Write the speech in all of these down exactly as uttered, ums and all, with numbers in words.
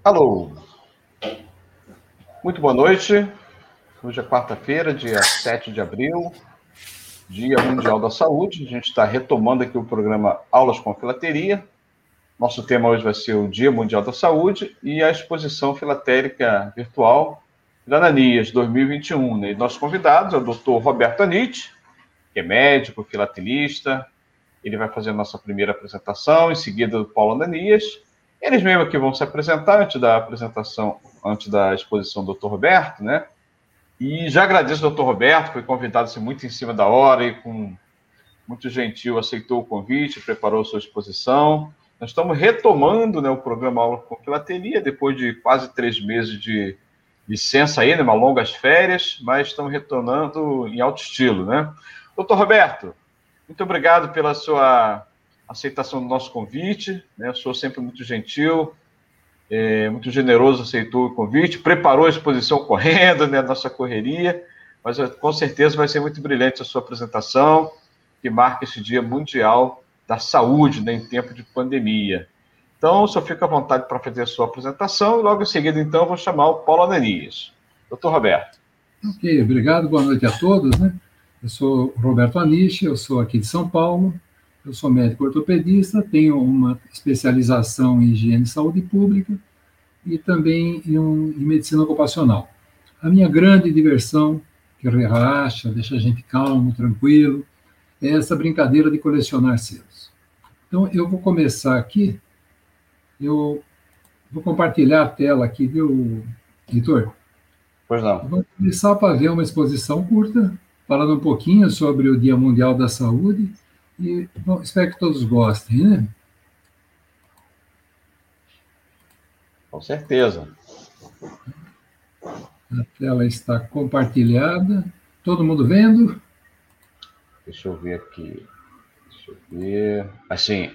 Alô, muito boa noite. Hoje é quarta-feira, dia sete de abril, Dia Mundial da Saúde. A gente está retomando aqui o programa Aulas com Filateria. Nosso tema hoje vai ser o Dia Mundial da Saúde e a exposição filatérica virtual da Ananias dois mil e vinte e um. Né? E nossos convidados é o doutor Roberto Anite, que é médico, filatelista. Ele vai fazer a nossa primeira apresentação, em seguida o Paulo Ananias. Eles mesmos aqui vão se apresentar antes da apresentação, antes da exposição do doutor Roberto, né? E já agradeço ao doutor Roberto, foi convidado assim, muito em cima da hora e com muito gentil aceitou o convite, preparou a sua exposição. Nós estamos retomando, né, o programa Aula com Filateria, depois de quase três meses de licença aí, né, uma longas férias, mas estamos retornando em alto estilo, né? doutor Roberto, muito obrigado pela sua aceitação do nosso convite, né? Eu sou sempre muito gentil, é, muito generoso, aceitou o convite, preparou a exposição correndo, né, nossa correria, mas com certeza vai ser muito brilhante a sua apresentação, que marca esse Dia Mundial da Saúde, né, em tempo de pandemia. Então, só fica à vontade para fazer a sua apresentação, e logo em seguida, então, vou chamar o Paulo Ananias. doutor Roberto. Ok, obrigado, boa noite a todos, né? Eu sou Roberto Anite, eu sou aqui de São Paulo, eu sou médico ortopedista, tenho uma especialização em higiene e saúde pública e também em, um, em medicina ocupacional. A minha grande diversão, que relaxa, deixa a gente calmo, tranquilo, é essa brincadeira de colecionar selos. Então, eu vou começar aqui, eu vou compartilhar a tela aqui, viu, Heitor? Pois não. Vamos começar para ver uma exposição curta, falando um pouquinho sobre o Dia Mundial da Saúde, e bom, espero que todos gostem, né? Com certeza. A tela está compartilhada. Todo mundo vendo? Deixa eu ver aqui. Deixa eu ver. Assim.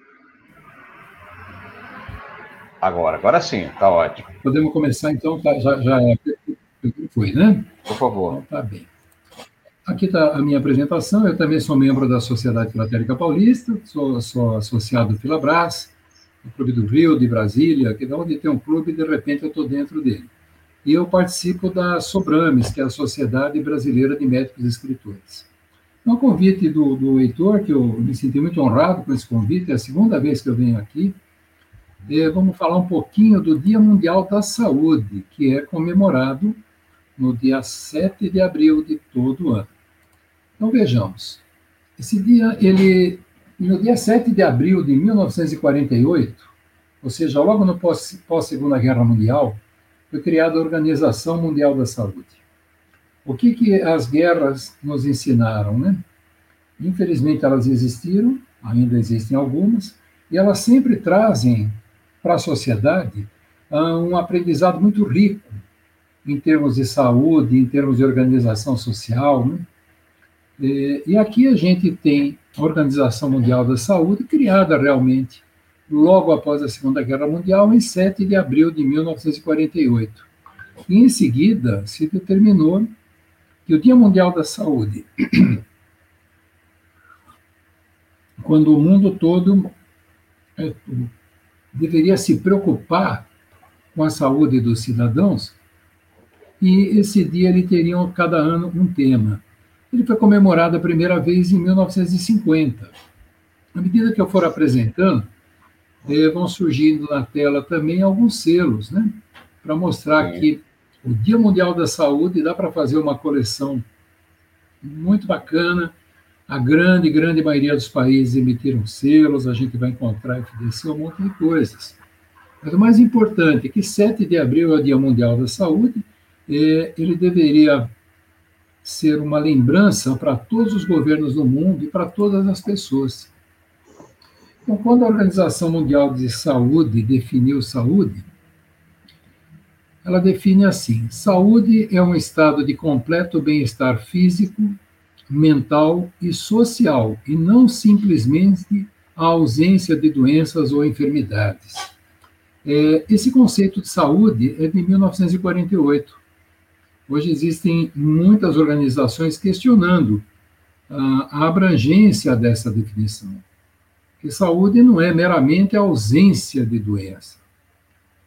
Agora, agora sim, tá ótimo. Podemos começar, então, tá, já, já foi, né? Por favor. Então, tá bem. Aqui está a minha apresentação. Eu também sou membro da Sociedade Filatérica Paulista, sou, sou associado do Filabras, do Clube do Rio, de Brasília, que da onde tem um clube, de repente eu estou dentro dele. E eu participo da Sobrames, que é a Sociedade Brasileira de Médicos e Escritores. No convite do, do Heitor, que eu me senti muito honrado com esse convite, é a segunda vez que eu venho aqui, e vamos falar um pouquinho do Dia Mundial da Saúde, que é comemorado no dia sete de abril de todo ano. Então, vejamos. Esse dia, ele, no dia sete de abril de mil novecentos e quarenta e oito, ou seja, logo no pós, pós-Segunda Guerra Mundial, foi criada a Organização Mundial da Saúde. O que, que as guerras nos ensinaram, né? Infelizmente, elas existiram, ainda existem algumas, e elas sempre trazem para a sociedade um aprendizado muito rico em termos de saúde, em termos de organização social, né? E, e aqui a gente tem a Organização Mundial da Saúde, criada realmente logo após a Segunda Guerra Mundial, em sete de abril de mil novecentos e quarenta e oito. E, em seguida, se determinou que o Dia Mundial da Saúde, quando o mundo todo é, deveria se preocupar com a saúde dos cidadãos, e esse dia ele teria cada ano um tema. Ele foi comemorado a primeira vez em mil novecentos e cinquenta. À medida que eu for apresentando, eh, vão surgindo na tela também alguns selos, né? Para mostrar Sim. que o Dia Mundial da Saúde dá para fazer uma coleção muito bacana. A grande, grande maioria dos países emitiram selos, a gente vai encontrar F D C, um monte de coisas. Mas o mais importante é que sete de abril é o Dia Mundial da Saúde, eh, ele deveria ser uma lembrança para todos os governos do mundo e para todas as pessoas. Então, quando a Organização Mundial de Saúde definiu saúde, ela define assim: saúde é um estado de completo bem-estar físico, mental e social, e não simplesmente a ausência de doenças ou enfermidades. É, esse conceito de saúde é de mil novecentos e quarenta e oito. Hoje existem muitas organizações questionando a, a abrangência dessa definição. Que saúde não é meramente a ausência de doença.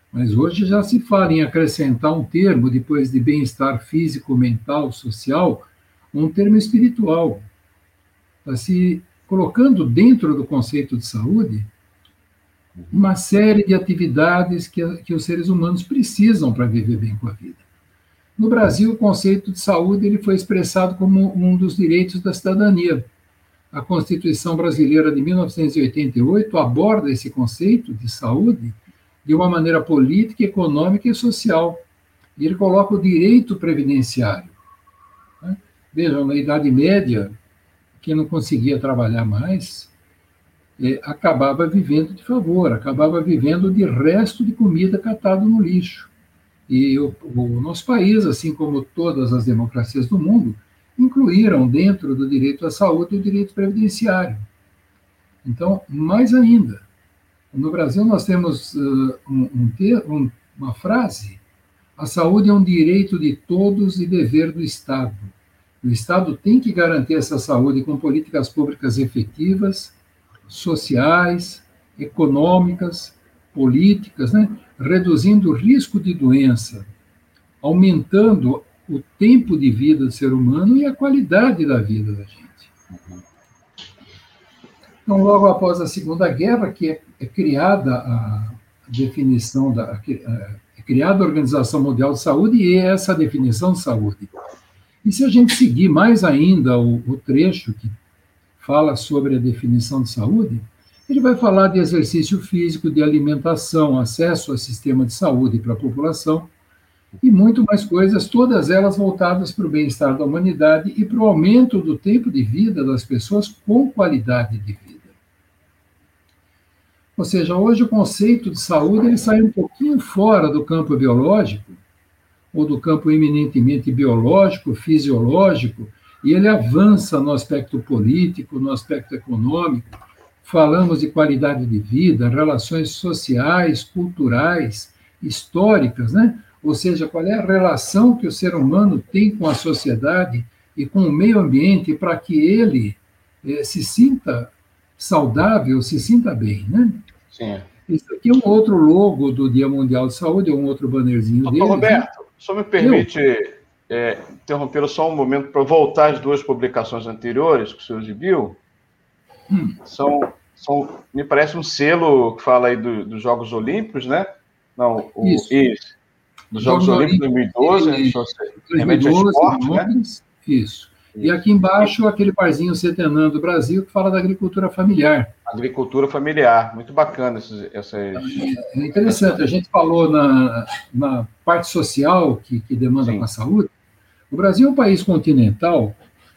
Mas hoje já se fala em acrescentar um termo, depois de bem-estar físico, mental, social, um termo espiritual. Está se colocando dentro do conceito de saúde uma série de atividades que, que os seres humanos precisam para viver bem com a vida. No Brasil, o conceito de saúde ele foi expressado como um dos direitos da cidadania. A Constituição Brasileira de mil novecentos e oitenta e oito aborda esse conceito de saúde de uma maneira política, econômica e social. E ele coloca o direito previdenciário. Vejam, na Idade Média, quem não conseguia trabalhar mais, é, acabava vivendo de favor, acabava vivendo de resto de comida catado no lixo. E o, o nosso país, assim como todas as democracias do mundo, incluíram dentro do direito à saúde o direito previdenciário. Então, mais ainda, no Brasil nós temos uh, um, um ter, um, uma frase: a saúde é um direito de todos e dever do Estado. O Estado tem que garantir essa saúde com políticas públicas efetivas, sociais, econômicas, políticas, né? Reduzindo o risco de doença, aumentando o tempo de vida do ser humano e a qualidade da vida da gente. Então, logo após a Segunda Guerra, que é, é criada a definição da é criada a Organização Mundial de Saúde e essa definição de saúde. E se a gente seguir mais ainda o, o trecho que fala sobre a definição de saúde, ele vai falar de exercício físico, de alimentação, acesso ao sistema de saúde para a população e muito mais coisas, todas elas voltadas para o bem-estar da humanidade e para o aumento do tempo de vida das pessoas com qualidade de vida. Ou seja, hoje o conceito de saúde ele sai um pouquinho fora do campo biológico, ou do campo eminentemente biológico, fisiológico, e ele avança no aspecto político, no aspecto econômico. Falamos de qualidade de vida, relações sociais, culturais, históricas, né? Ou seja, qual é a relação que o ser humano tem com a sociedade e com o meio ambiente para que ele eh, se sinta saudável, se sinta bem, né? Sim. Esse aqui é um outro logo do Dia Mundial de Saúde, é um outro bannerzinho Doutor dele. Roberto, né? Só me permite é, interrompê-lo só um momento para voltar às duas publicações anteriores que o senhor exibiu. Hum. São, são, me parece um selo que fala aí do, dos Jogos Olímpicos, né? Não, o, isso. isso. Dos Jogos, Jogos Olímpicos de dois mil e doze, e, dois mil e doze, esporte, né? Isso. Isso. E aqui embaixo, aquele parzinho Setenã do Brasil, que fala da agricultura familiar. Agricultura familiar, muito bacana esses, essas... É interessante, a gente falou na, na parte social que, que demanda com a saúde. O Brasil é um país continental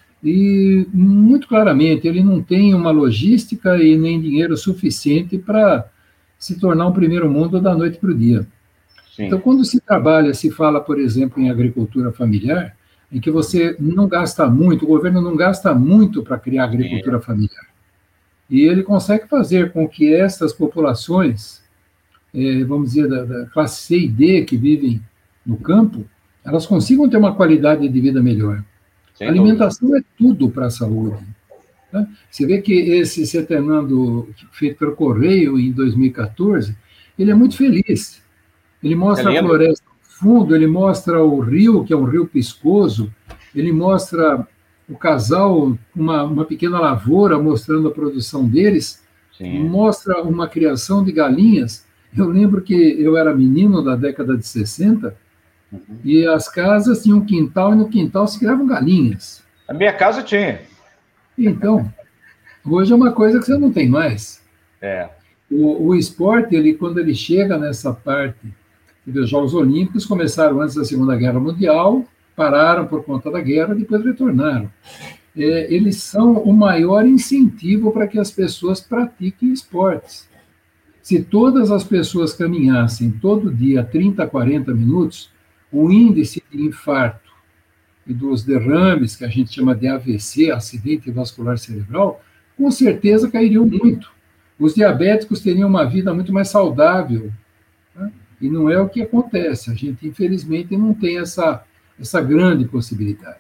e, muito claramente, ele não tem uma logística e nem dinheiro suficiente para se tornar um primeiro mundo da noite para o dia. Sim. Então, quando se trabalha, se fala, por exemplo, em agricultura familiar, em que você não gasta muito, o governo não gasta muito para criar agricultura Sim. familiar. E ele consegue fazer com que essas populações, eh, vamos dizer, da, da classe C e D, que vivem no campo, elas consigam ter uma qualidade de vida melhor. Sem a alimentação dúvida. É tudo para a saúde. Né? Você vê que esse Setenando, feito pelo Correio em dois mil e quatorze, ele é muito feliz. Ele mostra é a floresta no fundo, ele mostra o rio, que é um rio piscoso, ele mostra o casal, uma, uma pequena lavoura mostrando a produção deles, Sim. mostra uma criação de galinhas. Eu lembro que eu era menino da década de sessenta, uhum. e as casas tinham um quintal, e no quintal se criavam galinhas. A minha casa tinha. Então, hoje é uma coisa que você não tem mais. É. O, o esporte, ele, quando ele chega nessa parte dos Jogos Olímpicos, começaram antes da Segunda Guerra Mundial, pararam por conta da guerra, depois retornaram. É, eles são o maior incentivo para que as pessoas pratiquem esportes. Se todas as pessoas caminhassem todo dia trinta, quarenta minutos, o índice de infarto e dos derrames, que a gente chama de A V C, acidente vascular cerebral, com certeza cairiam muito. Os diabéticos teriam uma vida muito mais saudável, né? E não é o que acontece. A gente, infelizmente, não tem essa, essa grande possibilidade.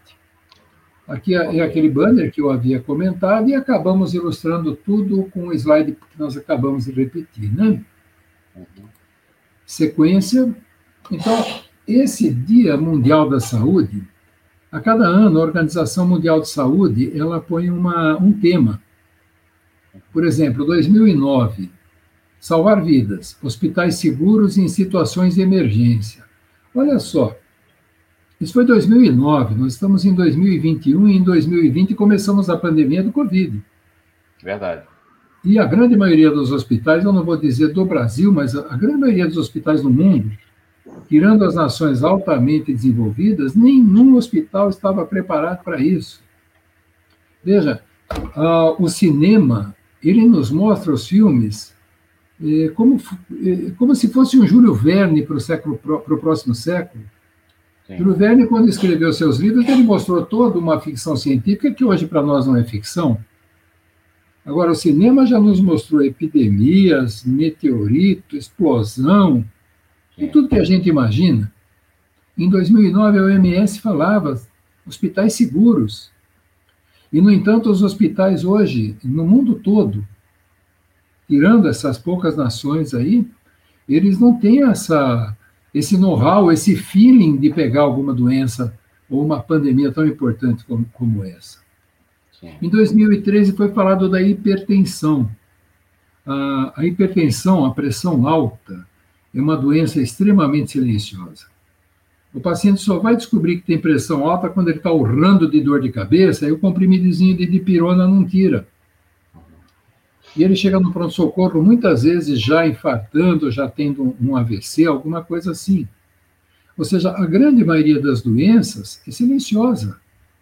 Aqui é aquele banner que eu havia comentado e acabamos ilustrando tudo com o slide que nós acabamos de repetir, né? sequência. Então, esse Dia Mundial da Saúde, a cada ano, a Organização Mundial de Saúde, ela põe uma, um tema. Por exemplo, dois mil e nove, salvar vidas, hospitais seguros em situações de emergência. Olha só, isso foi dois mil e nove, nós estamos em dois mil e vinte e um e em dois mil e vinte começamos a pandemia do Covid. Verdade. E a grande maioria dos hospitais, eu não vou dizer do Brasil, mas a grande maioria dos hospitais no mundo, tirando as nações altamente desenvolvidas, nenhum hospital estava preparado para isso. Veja, uh, o cinema, ele nos mostra os filmes eh, como, eh, como se fosse um Júlio Verne para o século, para o próximo século. Sim. Júlio Verne, quando escreveu seus livros, ele mostrou toda uma ficção científica que hoje para nós não é ficção. Agora, o cinema já nos mostrou epidemias, meteorito, explosão, e tudo que a gente imagina. Em dois mil e nove, a O M S falava hospitais seguros. E, no entanto, os hospitais hoje, no mundo todo, tirando essas poucas nações aí, eles não têm essa, esse know-how, esse feeling de pegar alguma doença ou uma pandemia tão importante como, como essa. Sim. Em dois mil e treze foi falado da hipertensão. A, a hipertensão, a pressão alta, é uma doença extremamente silenciosa. O paciente só vai descobrir que tem pressão alta quando ele está urrando de dor de cabeça e o comprimidozinho de dipirona não tira. E ele chega no pronto-socorro muitas vezes já infartando, já tendo um A V C, alguma coisa assim. Ou seja, a grande maioria das doenças é silenciosa.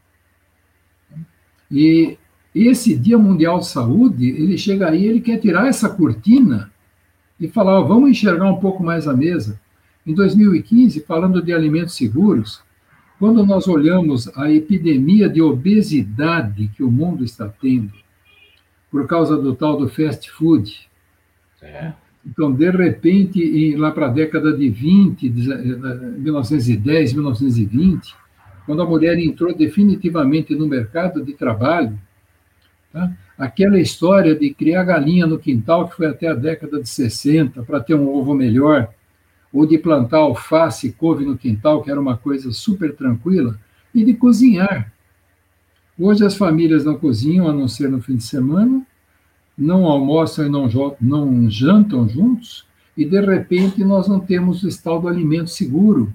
E esse Dia Mundial de Saúde, ele chega aí, ele quer tirar essa cortina e falar, ó, vamos enxergar um pouco mais a mesa. Em dois mil e quinze, falando de alimentos seguros, quando nós olhamos a epidemia de obesidade que o mundo está tendo, por causa do tal do fast food, é. Então, de repente, lá para a década de vinte, mil novecentos e dez, mil novecentos e vinte, quando a mulher entrou definitivamente no mercado de trabalho, tá? Aquela história de criar galinha no quintal, que foi até a década de sessenta, para ter um ovo melhor, ou de plantar alface e couve no quintal, que era uma coisa super tranquila, e de cozinhar. Hoje as famílias não cozinham, a não ser no fim de semana, não almoçam e não, não jantam juntos, e de repente nós não temos esse tal do alimento seguro.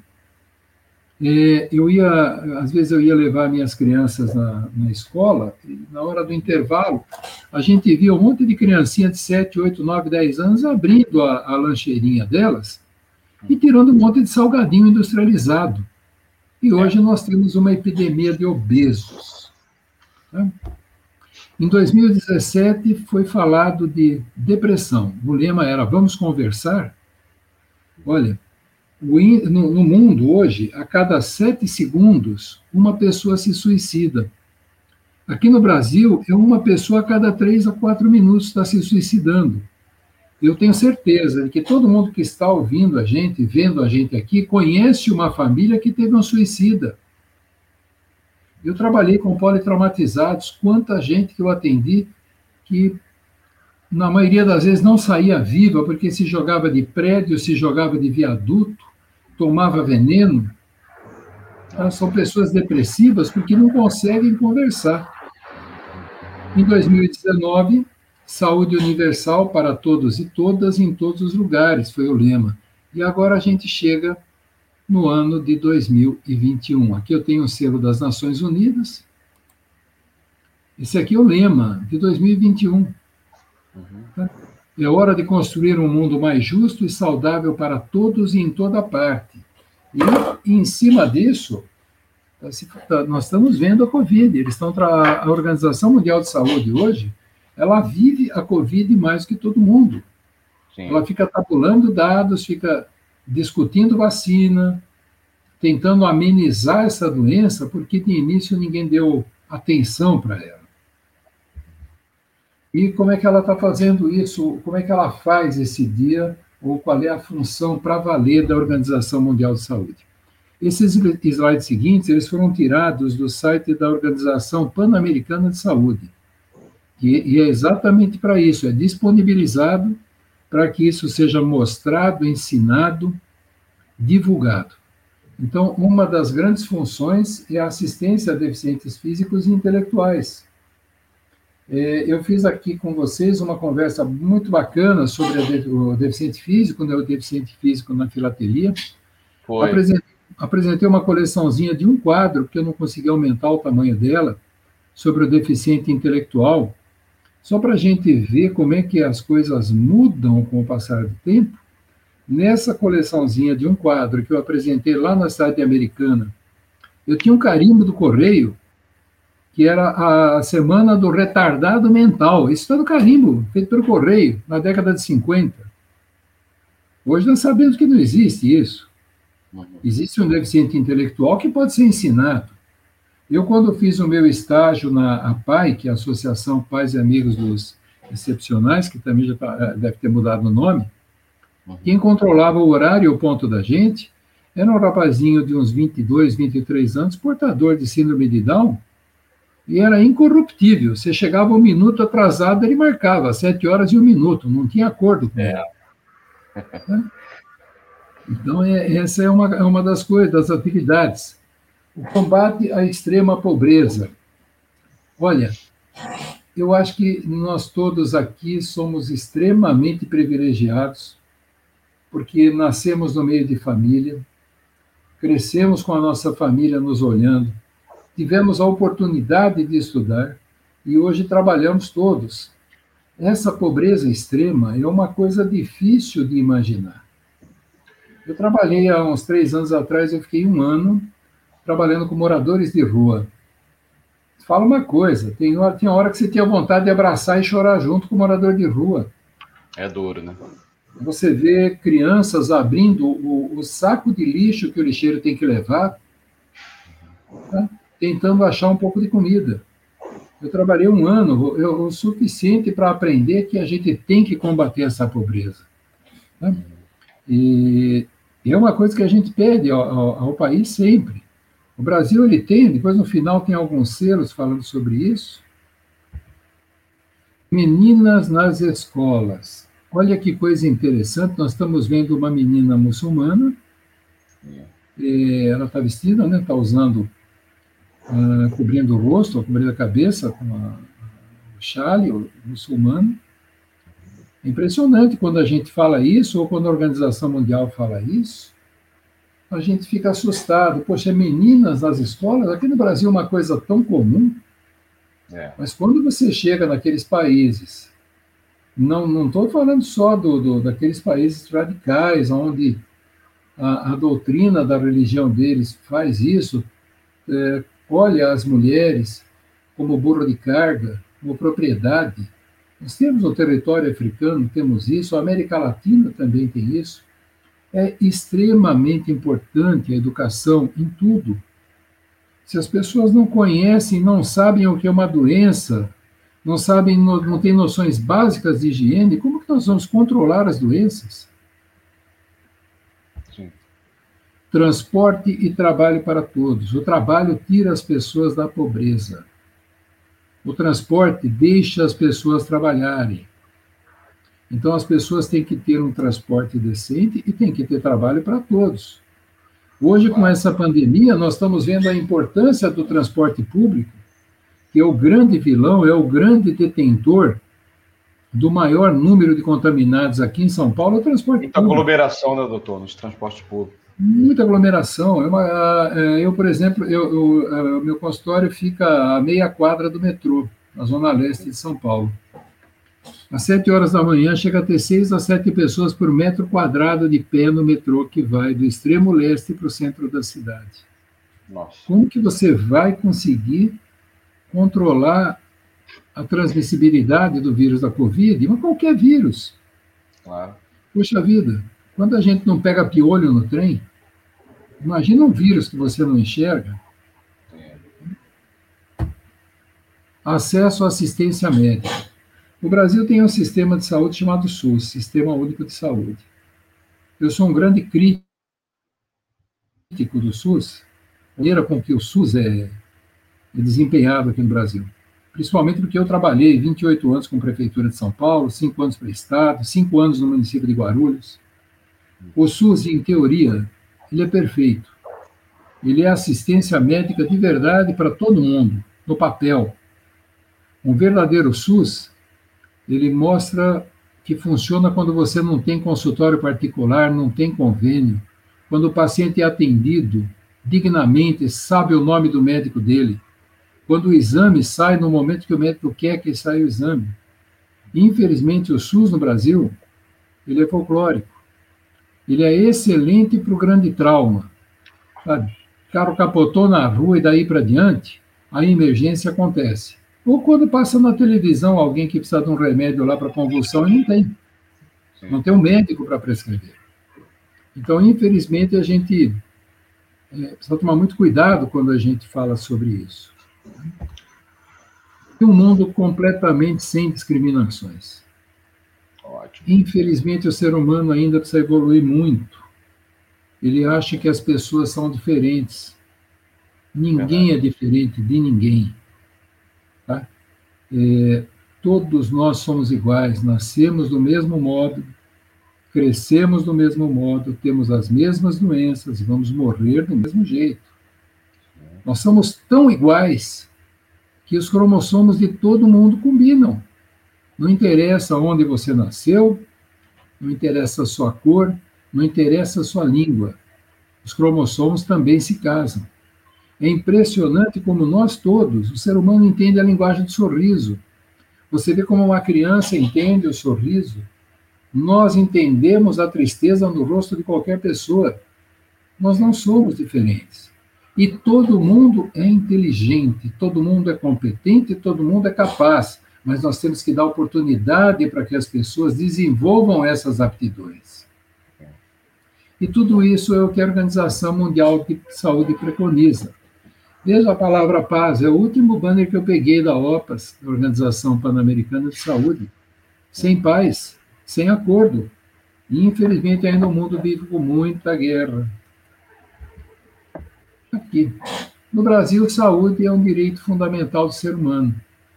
É, eu ia, às vezes eu ia levar minhas crianças na, na escola, e na hora do intervalo, a gente via um monte de criancinha de sete, oito, nove, dez anos abrindo a, a lancheirinha delas e tirando um monte de salgadinho industrializado. E hoje nós temos uma epidemia de obesos. Tá? Em dois mil e dezessete foi falado de depressão. O lema era vamos conversar. Olha, no, no mundo hoje, a cada sete segundos, uma pessoa se suicida. Aqui no Brasil, é uma pessoa a cada três a quatro minutos está se suicidando. Eu tenho certeza de que todo mundo que está ouvindo a gente, vendo a gente aqui, conhece uma família que teve um suicida. Eu trabalhei com politraumatizados, quanta gente que eu atendi que, na maioria das vezes, não saía viva porque se jogava de prédio, se jogava de viaduto, tomava veneno. Então, são pessoas depressivas porque não conseguem conversar. Em dois mil e dezenove, saúde universal para todos e todas em todos os lugares, foi o lema. E agora a gente chega no ano de dois mil e vinte e um. Aqui eu tenho o selo das Nações Unidas. Esse aqui é o lema de dois mil e vinte e um. Uhum. É hora de construir um mundo mais justo e saudável para todos e em toda parte. E, em cima disso, nós estamos vendo a Covid. Eles estão tra... A Organização Mundial de Saúde hoje, ela vive a Covid mais que todo mundo. Sim. Ela fica tabulando dados, fica discutindo vacina, tentando amenizar essa doença, porque de início ninguém deu atenção para ela. E como é que ela está fazendo isso? Como é que ela faz esse dia? Ou qual é a função para valer da Organização Mundial de Saúde? Esses slides seguintes, eles foram tirados do site da Organização Pan-Americana de Saúde. E, e é exatamente para isso, é disponibilizado para que isso seja mostrado, ensinado, divulgado. Então, uma das grandes funções é a assistência a deficientes físicos e intelectuais. Eu fiz aqui com vocês uma conversa muito bacana sobre o deficiente físico, né, o deficiente físico na filatelia. Foi. Apresentei, apresentei uma coleçãozinha de um quadro, porque eu não consegui aumentar o tamanho dela, sobre o deficiente intelectual, só para a gente ver como é que as coisas mudam com o passar do tempo. Nessa coleçãozinha de um quadro que eu apresentei lá na cidade americana, eu tinha um carimbo do Correio, que era a Semana do Retardado Mental. Isso está no carimbo, feito pelo Correio, na década de cinquenta. Hoje nós sabemos que não existe isso. Existe um deficiente intelectual que pode ser ensinado. Eu, quando fiz o meu estágio na A P A I, que é a Associação Pais e Amigos dos Excepcionais, que também já tá, deve ter mudado o nome, quem controlava o horário e o ponto da gente era um rapazinho de uns vinte e dois, vinte e três anos, portador de síndrome de Down, e era incorruptível. Você chegava um minuto atrasado, ele marcava sete horas e um minuto, não tinha acordo com ele. É. Então, é, essa é uma, é uma das coisas, das atividades. O combate à extrema pobreza. Olha, eu acho que nós todos aqui somos extremamente privilegiados, porque nascemos no meio de família, crescemos com a nossa família nos olhando, tivemos a oportunidade de estudar e hoje trabalhamos todos. Essa pobreza extrema é uma coisa difícil de imaginar. Eu trabalhei há uns três anos atrás, eu fiquei um ano trabalhando com moradores de rua. Fala uma coisa, tem hora, tinha hora que você tinha vontade de abraçar e chorar junto com o morador de rua. É duro, né? Você vê crianças abrindo o, o saco de lixo que o lixeiro tem que levar, tá? Tentando achar um pouco de comida. Eu trabalhei um ano, eu, o suficiente para aprender que a gente tem que combater essa pobreza. Tá? E, e é uma coisa que a gente pede ao, ao, ao país sempre. O Brasil, ele tem, depois no final tem alguns selos falando sobre isso. Meninas nas escolas. Olha que coisa interessante, nós estamos vendo uma menina muçulmana, ela está vestida, né, está usando, uh, cobrindo o rosto, cobrindo a cabeça com a, o chale, o muçulmano. É impressionante quando a gente fala isso, ou quando a Organização Mundial fala isso, a gente fica assustado. Poxa, meninas nas escolas, aqui no Brasil é uma coisa tão comum, é. Mas quando você chega naqueles países, não estou falando só do, do, daqueles países radicais, onde a, a doutrina da religião deles faz isso, é, olha as mulheres como burro de carga, como propriedade. Nós temos no território africano, temos isso, a América Latina também tem isso. É extremamente importante a educação em tudo. Se as pessoas não conhecem, não sabem o que é uma doença, não sabem, não, não têm noções básicas de higiene, como que nós vamos controlar as doenças? Sim. Transporte e trabalho para todos. O trabalho tira as pessoas da pobreza. O transporte deixa as pessoas trabalharem. Então, as pessoas têm que ter um transporte decente e têm que ter trabalho para todos. Hoje, com essa pandemia, nós estamos vendo a importância do transporte público, que é o grande vilão, é o grande detentor do maior número de contaminados aqui em São Paulo, é o transporte Muita público. Muita aglomeração, né, doutor, nos transportes públicos. Muita aglomeração. É uma, eu, por exemplo, o meu consultório fica a meia quadra do metrô, na zona leste de São Paulo. Às sete horas da manhã, chega a ter seis a sete pessoas por metro quadrado de pé no metrô que vai do extremo leste para o centro da cidade. Nossa. Como que você vai conseguir controlar a transmissibilidade do vírus da Covid? Mas qualquer vírus. Claro. Puxa vida, quando a gente não pega piolho no trem, imagina um vírus que você não enxerga. Acesso à assistência médica. O Brasil tem um sistema de saúde chamado SUS, Sistema Único de Saúde. Eu sou um grande crítico do SUS, a maneira com que o SUS é, é desempenhado aqui no Brasil. principalmente porque eu trabalhei vinte e oito anos com a Prefeitura de São Paulo, cinco anos para o Estado, cinco anos no município de Guarulhos. O SUS, em teoria, ele é perfeito. Ele é assistência médica de verdade para todo mundo, no papel. Um verdadeiro SUS, ele mostra que funciona quando você não tem consultório particular, não tem convênio, quando o paciente é atendido dignamente, sabe o nome do médico dele, quando o exame sai no momento que o médico quer que saia o exame. Infelizmente, o SUS no Brasil, ele é folclórico. Ele é excelente para o grande trauma. Sabe? O carro capotou na rua e daí para diante, a emergência acontece. Ou quando passa na televisão alguém que precisa de um remédio lá para convulsão e não tem. Não tem um médico para prescrever. Então, infelizmente, a gente é, precisa tomar muito cuidado quando a gente fala sobre isso. E um mundo completamente sem discriminações. Ótimo. Infelizmente, o ser humano ainda precisa evoluir muito. Ele acha que as pessoas são diferentes. Ninguém é diferente de ninguém. Tá? É, todos nós somos iguais, nascemos do mesmo modo, crescemos do mesmo modo, temos as mesmas doenças e vamos morrer do mesmo jeito. Nós somos tão iguais que os cromossomos de todo mundo combinam. Não interessa onde você nasceu, não interessa a sua cor, não interessa a sua língua. Os cromossomos também se casam. É impressionante como nós todos, o ser humano entende a linguagem do sorriso. Você vê como uma criança entende o sorriso. Nós entendemos a tristeza no rosto de qualquer pessoa. Nós não somos diferentes. E todo mundo é inteligente, todo mundo é competente, todo mundo é capaz. Mas nós temos que dar oportunidade para que as pessoas desenvolvam essas aptidões. E tudo isso é o que a Organização Mundial de Saúde preconiza. Veja a palavra paz, é o último banner que eu peguei da OPAS, da Organização Pan-Americana de Saúde. Sem paz, sem acordo. E, infelizmente, ainda o mundo vive com muita guerra. Aqui. No Brasil, saúde é um direito fundamental do ser humano.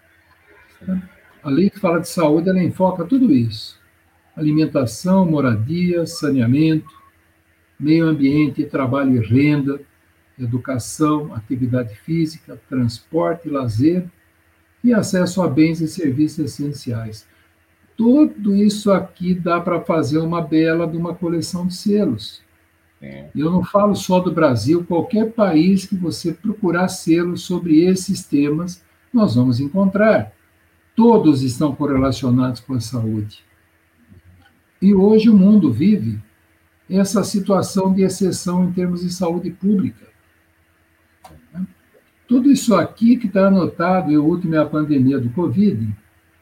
A lei que fala de saúde, ela enfoca tudo isso. Alimentação, moradia, saneamento, meio ambiente, trabalho e renda, educação, atividade física, transporte, lazer e acesso a bens e serviços essenciais. Tudo isso aqui dá para fazer uma bela de uma coleção de selos. É. Eu não falo só do Brasil, qualquer país que você procurar selos sobre esses temas, nós vamos encontrar. Todos estão correlacionados com a saúde. E hoje o mundo vive essa situação de exceção em termos de saúde pública. Tudo isso aqui que está anotado, e o último é a pandemia do Covid,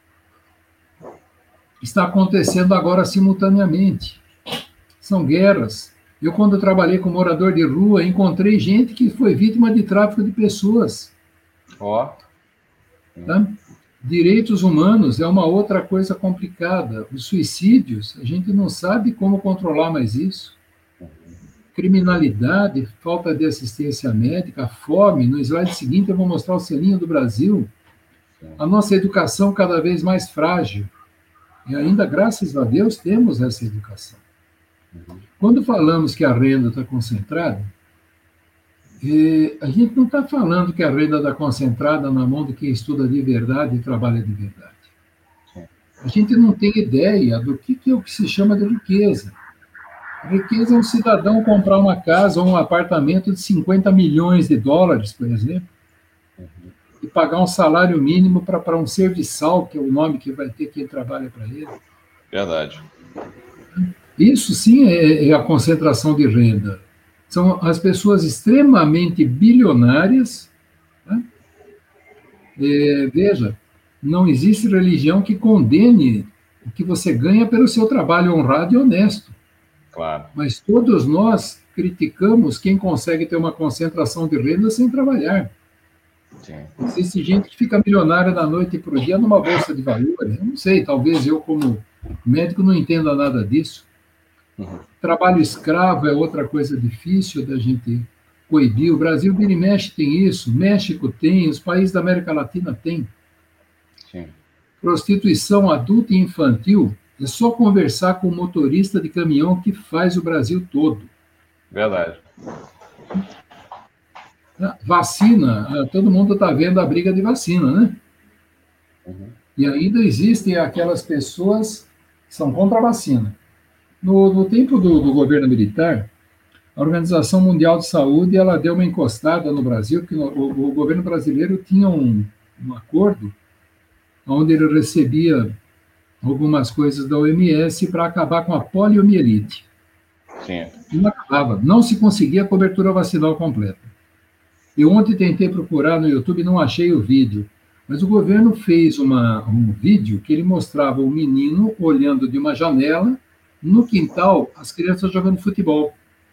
está acontecendo agora simultaneamente. São guerras. Eu, quando trabalhei com morador de rua, encontrei gente que foi vítima de tráfico de pessoas. Ó. Oh. Tá? Direitos humanos é uma outra coisa complicada. Os suicídios, a gente não sabe como controlar mais isso. Criminalidade, falta de assistência médica, fome. No slide seguinte eu vou mostrar o selinho do Brasil. A nossa educação cada vez mais frágil. E ainda, graças a Deus, temos essa educação. Quando falamos que a renda está concentrada, a gente não está falando que a renda está concentrada na mão de quem estuda de verdade e trabalha de verdade. A gente não tem ideia do que, que é o que se chama de riqueza. A riqueza é um cidadão comprar uma casa ou um apartamento de cinquenta milhões de dólares, por exemplo, e pagar um salário mínimo para um serviçal, que é o nome que vai ter quem trabalha para ele. Verdade. Isso sim é, é a concentração de renda. São as pessoas extremamente bilionárias. Né? É, veja, não existe religião que condene o que você ganha pelo seu trabalho honrado e honesto. Claro. Mas todos nós criticamos quem consegue ter uma concentração de renda sem trabalhar. Sim. Existe gente que fica milionária da noite para o dia numa bolsa de valores. Eu não sei, talvez eu, como médico, não entenda nada disso. Uhum. Trabalho escravo é outra coisa difícil da gente coibir. O Brasil, vira e mexe, tem isso. México tem, os países da América Latina têm. prostituição adulta e infantil, é só conversar com o motorista de caminhão que faz o Brasil todo. Verdade. Vacina, todo mundo está vendo a briga de vacina, né? Uhum. E ainda existem aquelas pessoas que são contra a vacina. No, no tempo do, do governo militar, a Organização Mundial de Saúde ela deu uma encostada no Brasil, porque no, o, o governo brasileiro tinha um, um acordo onde ele recebia algumas coisas da O M S para acabar com a poliomielite. Sim. E não acabava, não se conseguia a cobertura vacinal completa. Eu ontem tentei procurar no YouTube e não achei o vídeo, mas o governo fez uma, um vídeo que ele mostrava o menino olhando de uma janela, no quintal, as crianças jogando futebol.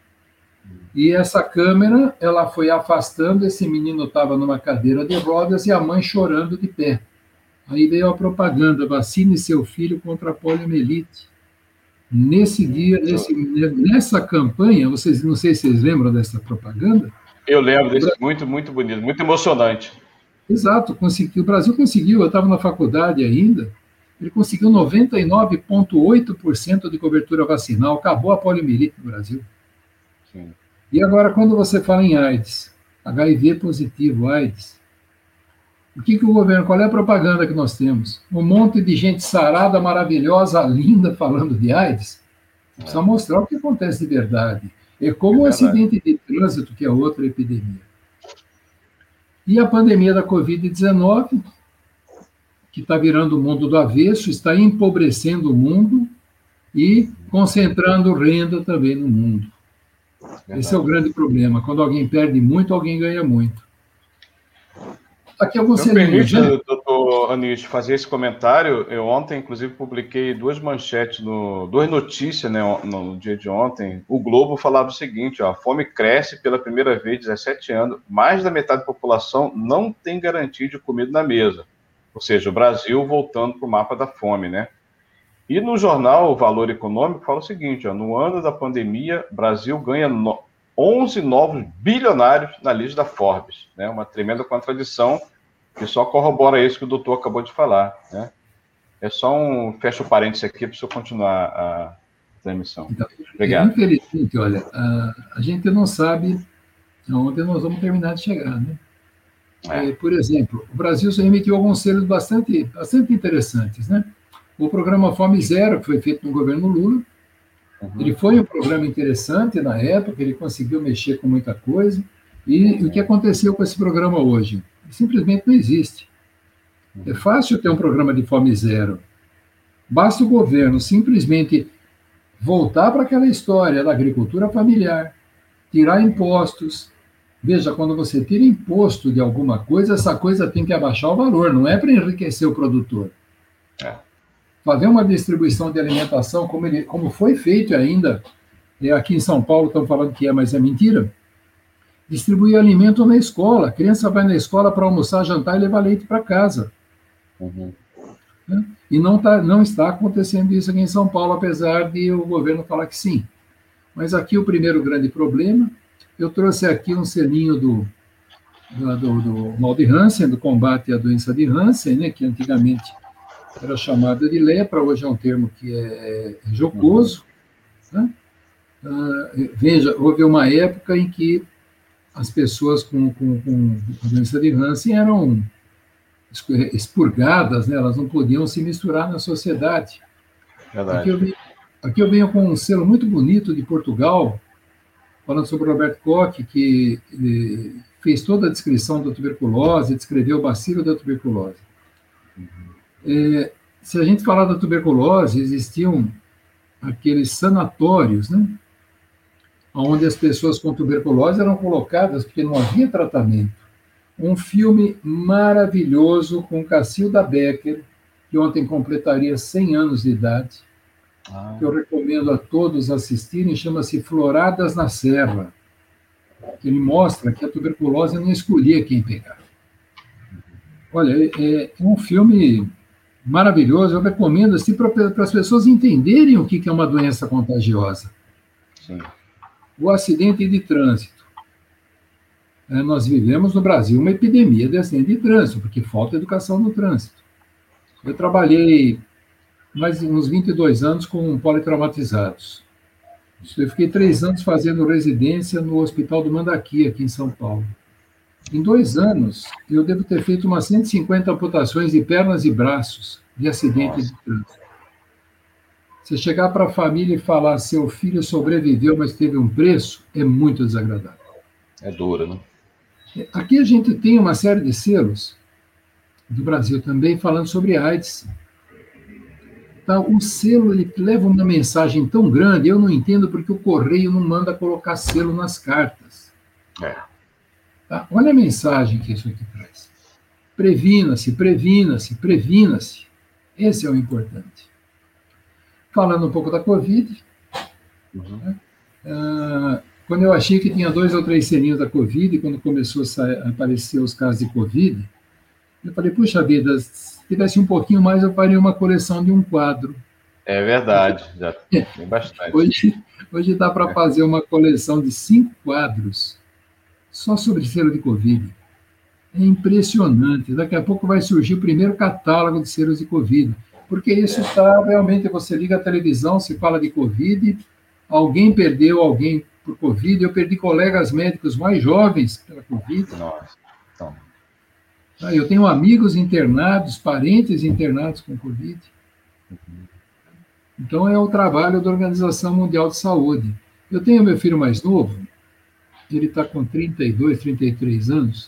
E essa câmera, ela foi afastando, esse menino estava numa cadeira de rodas e a mãe chorando de pé. Aí veio a propaganda, vacine seu filho contra a poliomielite. Nesse dia, nesse, nessa campanha, vocês, não sei se vocês lembram dessa propaganda. Eu lembro desse, muito, muito bonito, muito emocionante. Exato, consegui, o Brasil conseguiu, eu estava na faculdade ainda, ele conseguiu noventa e nove vírgula oito por cento de cobertura vacinal, acabou a poliomielite no Brasil. Sim. E agora, quando você fala em AIDS, H I V positivo, AIDS, o que, que o governo, qual é a propaganda que nós temos? Um monte de gente sarada, maravilhosa, linda, falando de AIDS. Precisa mostrar o que acontece de verdade. É como o acidente de trânsito, que é outra epidemia. E a pandemia da covid dezenove, que está virando o mundo do avesso, está empobrecendo o mundo e concentrando renda também no mundo. Verdade. Esse é o grande problema. Quando alguém perde muito, alguém ganha muito. Aqui eu vou ser. Me permite, doutor Anísio, fazer esse comentário. Eu ontem, inclusive, publiquei duas manchetes, no, duas notícias, né, no, no dia de ontem. O Globo falava o seguinte, ó, a fome cresce pela primeira vez em dezessete anos, mais da metade da população não tem garantia de comida na mesa. Ou seja, o Brasil voltando para o mapa da fome, né? E no jornal O Valor Econômico fala o seguinte, ó, no ano da pandemia, o Brasil ganha no, onze novos bilionários na lista da Forbes, né? Uma tremenda contradição que só corrobora isso que o doutor acabou de falar, né? É só um fecha o parênteses aqui para o senhor continuar a transmissão. Então, obrigado. Infelizmente, olha, a, a gente não sabe onde nós vamos terminar de chegar, né? É. É, por exemplo, o Brasil emitiu alguns selos bastante, bastante interessantes, né? O programa Fome Zero, que foi feito no governo Lula, uhum. Ele foi um programa interessante na época, ele conseguiu mexer com muita coisa, e uhum. O que aconteceu com esse programa hoje? Simplesmente não existe. Uhum. É fácil ter um programa de Fome Zero. Basta o governo simplesmente voltar para aquela história da agricultura familiar, tirar impostos. Veja, quando você tira imposto de alguma coisa, essa coisa tem que abaixar o valor, não é para enriquecer o produtor. É. Fazer uma distribuição de alimentação, como, ele, como foi feito ainda, é, aqui em São Paulo estão falando que é, mas é mentira, distribuir alimento na escola. A criança vai na escola para almoçar, jantar e levar leite para casa. Uhum. Né? E não, tá, não está acontecendo isso aqui em São Paulo, apesar de o governo falar que sim. Mas aqui o primeiro grande problema, eu trouxe aqui um selinho do, do, do, do mal de Hansen, do combate à doença de Hansen, né, que antigamente era chamada de lepra, hoje é um termo que é, é jocoso. Né? Uh, veja, houve uma época em que as pessoas com, com, com a doença de Hansen eram expurgadas, né? Elas não podiam se misturar na sociedade. Verdade. Aqui eu, venho, aqui eu venho com um selo muito bonito de Portugal, falando sobre o Robert Koch, que eh, fez toda a descrição da tuberculose, descreveu o bacilo da tuberculose. Uhum. É, se a gente falar da tuberculose, existiam aqueles sanatórios, né, onde as pessoas com tuberculose eram colocadas porque não havia tratamento. Um filme maravilhoso com Cacilda Becker, que ontem completaria cem anos de idade, ah. que eu recomendo a todos assistirem, chama-se Floradas na Serra. Ele mostra que a tuberculose não escolhia quem pegar. Olha, é, é um filme maravilhoso, eu recomendo assim, para as pessoas entenderem o que é uma doença contagiosa. Sim. O acidente de trânsito. É, nós vivemos no Brasil uma epidemia de acidente de trânsito, porque falta educação no trânsito. Eu trabalhei mais uns vinte e dois anos com politraumatizados. Eu fiquei três anos fazendo residência no Hospital do Mandaqui, aqui em São Paulo. Em dois anos, eu devo ter feito umas cento e cinquenta amputações de pernas e braços de acidente Nossa. de trânsito. Você chegar para a família e falar seu filho sobreviveu, mas teve um preço, é muito desagradável. É duro, né? Aqui a gente tem uma série de selos do Brasil também falando sobre AIDS. Tá, o selo ele leva uma mensagem tão grande, eu não entendo porque o correio não manda colocar selo nas cartas. É. Tá? Olha a mensagem que isso aqui traz. Previna-se, previna-se, previna-se. Esse é o importante. Falando um pouco da Covid, Uhum. né? ah, quando eu achei que tinha dois ou três selinhos da Covid, quando começou a, sair, a aparecer os casos de Covid, eu falei, puxa vida, se tivesse um pouquinho mais, eu faria uma coleção de um quadro. É verdade, já tem bastante. Hoje, hoje dá para fazer uma coleção de cinco quadros só sobre selo de Covid. É impressionante. Daqui a pouco vai surgir o primeiro catálogo de selos de Covid. Porque isso está, realmente, você liga a televisão, se fala de Covid, alguém perdeu alguém por Covid, eu perdi colegas médicos mais jovens pela Covid. Nossa, então... Eu tenho amigos internados, parentes internados com Covid. Então, é o trabalho da Organização Mundial de Saúde. Eu tenho meu filho mais novo, ele está com trinta e dois, trinta e três anos.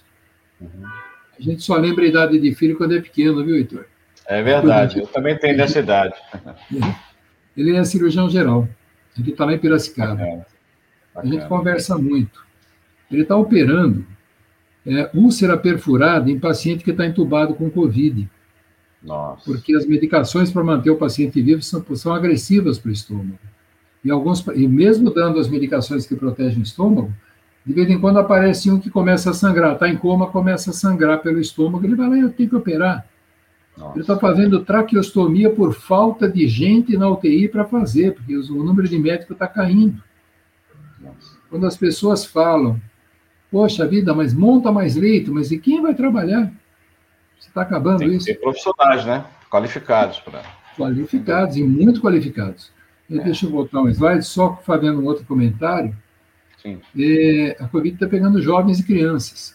A gente só lembra a idade de filho quando é pequeno, viu, Heitor? É verdade, eu também tenho nessa idade. Ele é cirurgião geral, ele está lá em Piracicaba. Bacana. A gente conversa muito. Ele está operando é, úlcera perfurada em paciente que está entubado com Covid. Nossa. Porque as medicações para manter o paciente vivo são, são agressivas para o estômago. E, alguns, e mesmo dando as medicações que protegem o estômago, de vez em quando aparece um que começa a sangrar, está em coma, começa a sangrar pelo estômago, ele vai lá, eu tenho que operar. Nossa. Ele está fazendo traqueostomia por falta de gente na U T I para fazer, porque o número de médicos está caindo. Nossa. Quando as pessoas falam, poxa vida, mas monta mais leito, mas e quem vai trabalhar? Você está acabando Tem que isso? ter profissionais, né? Qualificados. Pra... Qualificados, e muito qualificados. É. Deixa eu voltar um slide, só fazendo um outro comentário. Sim. É, a Covid está pegando jovens e crianças.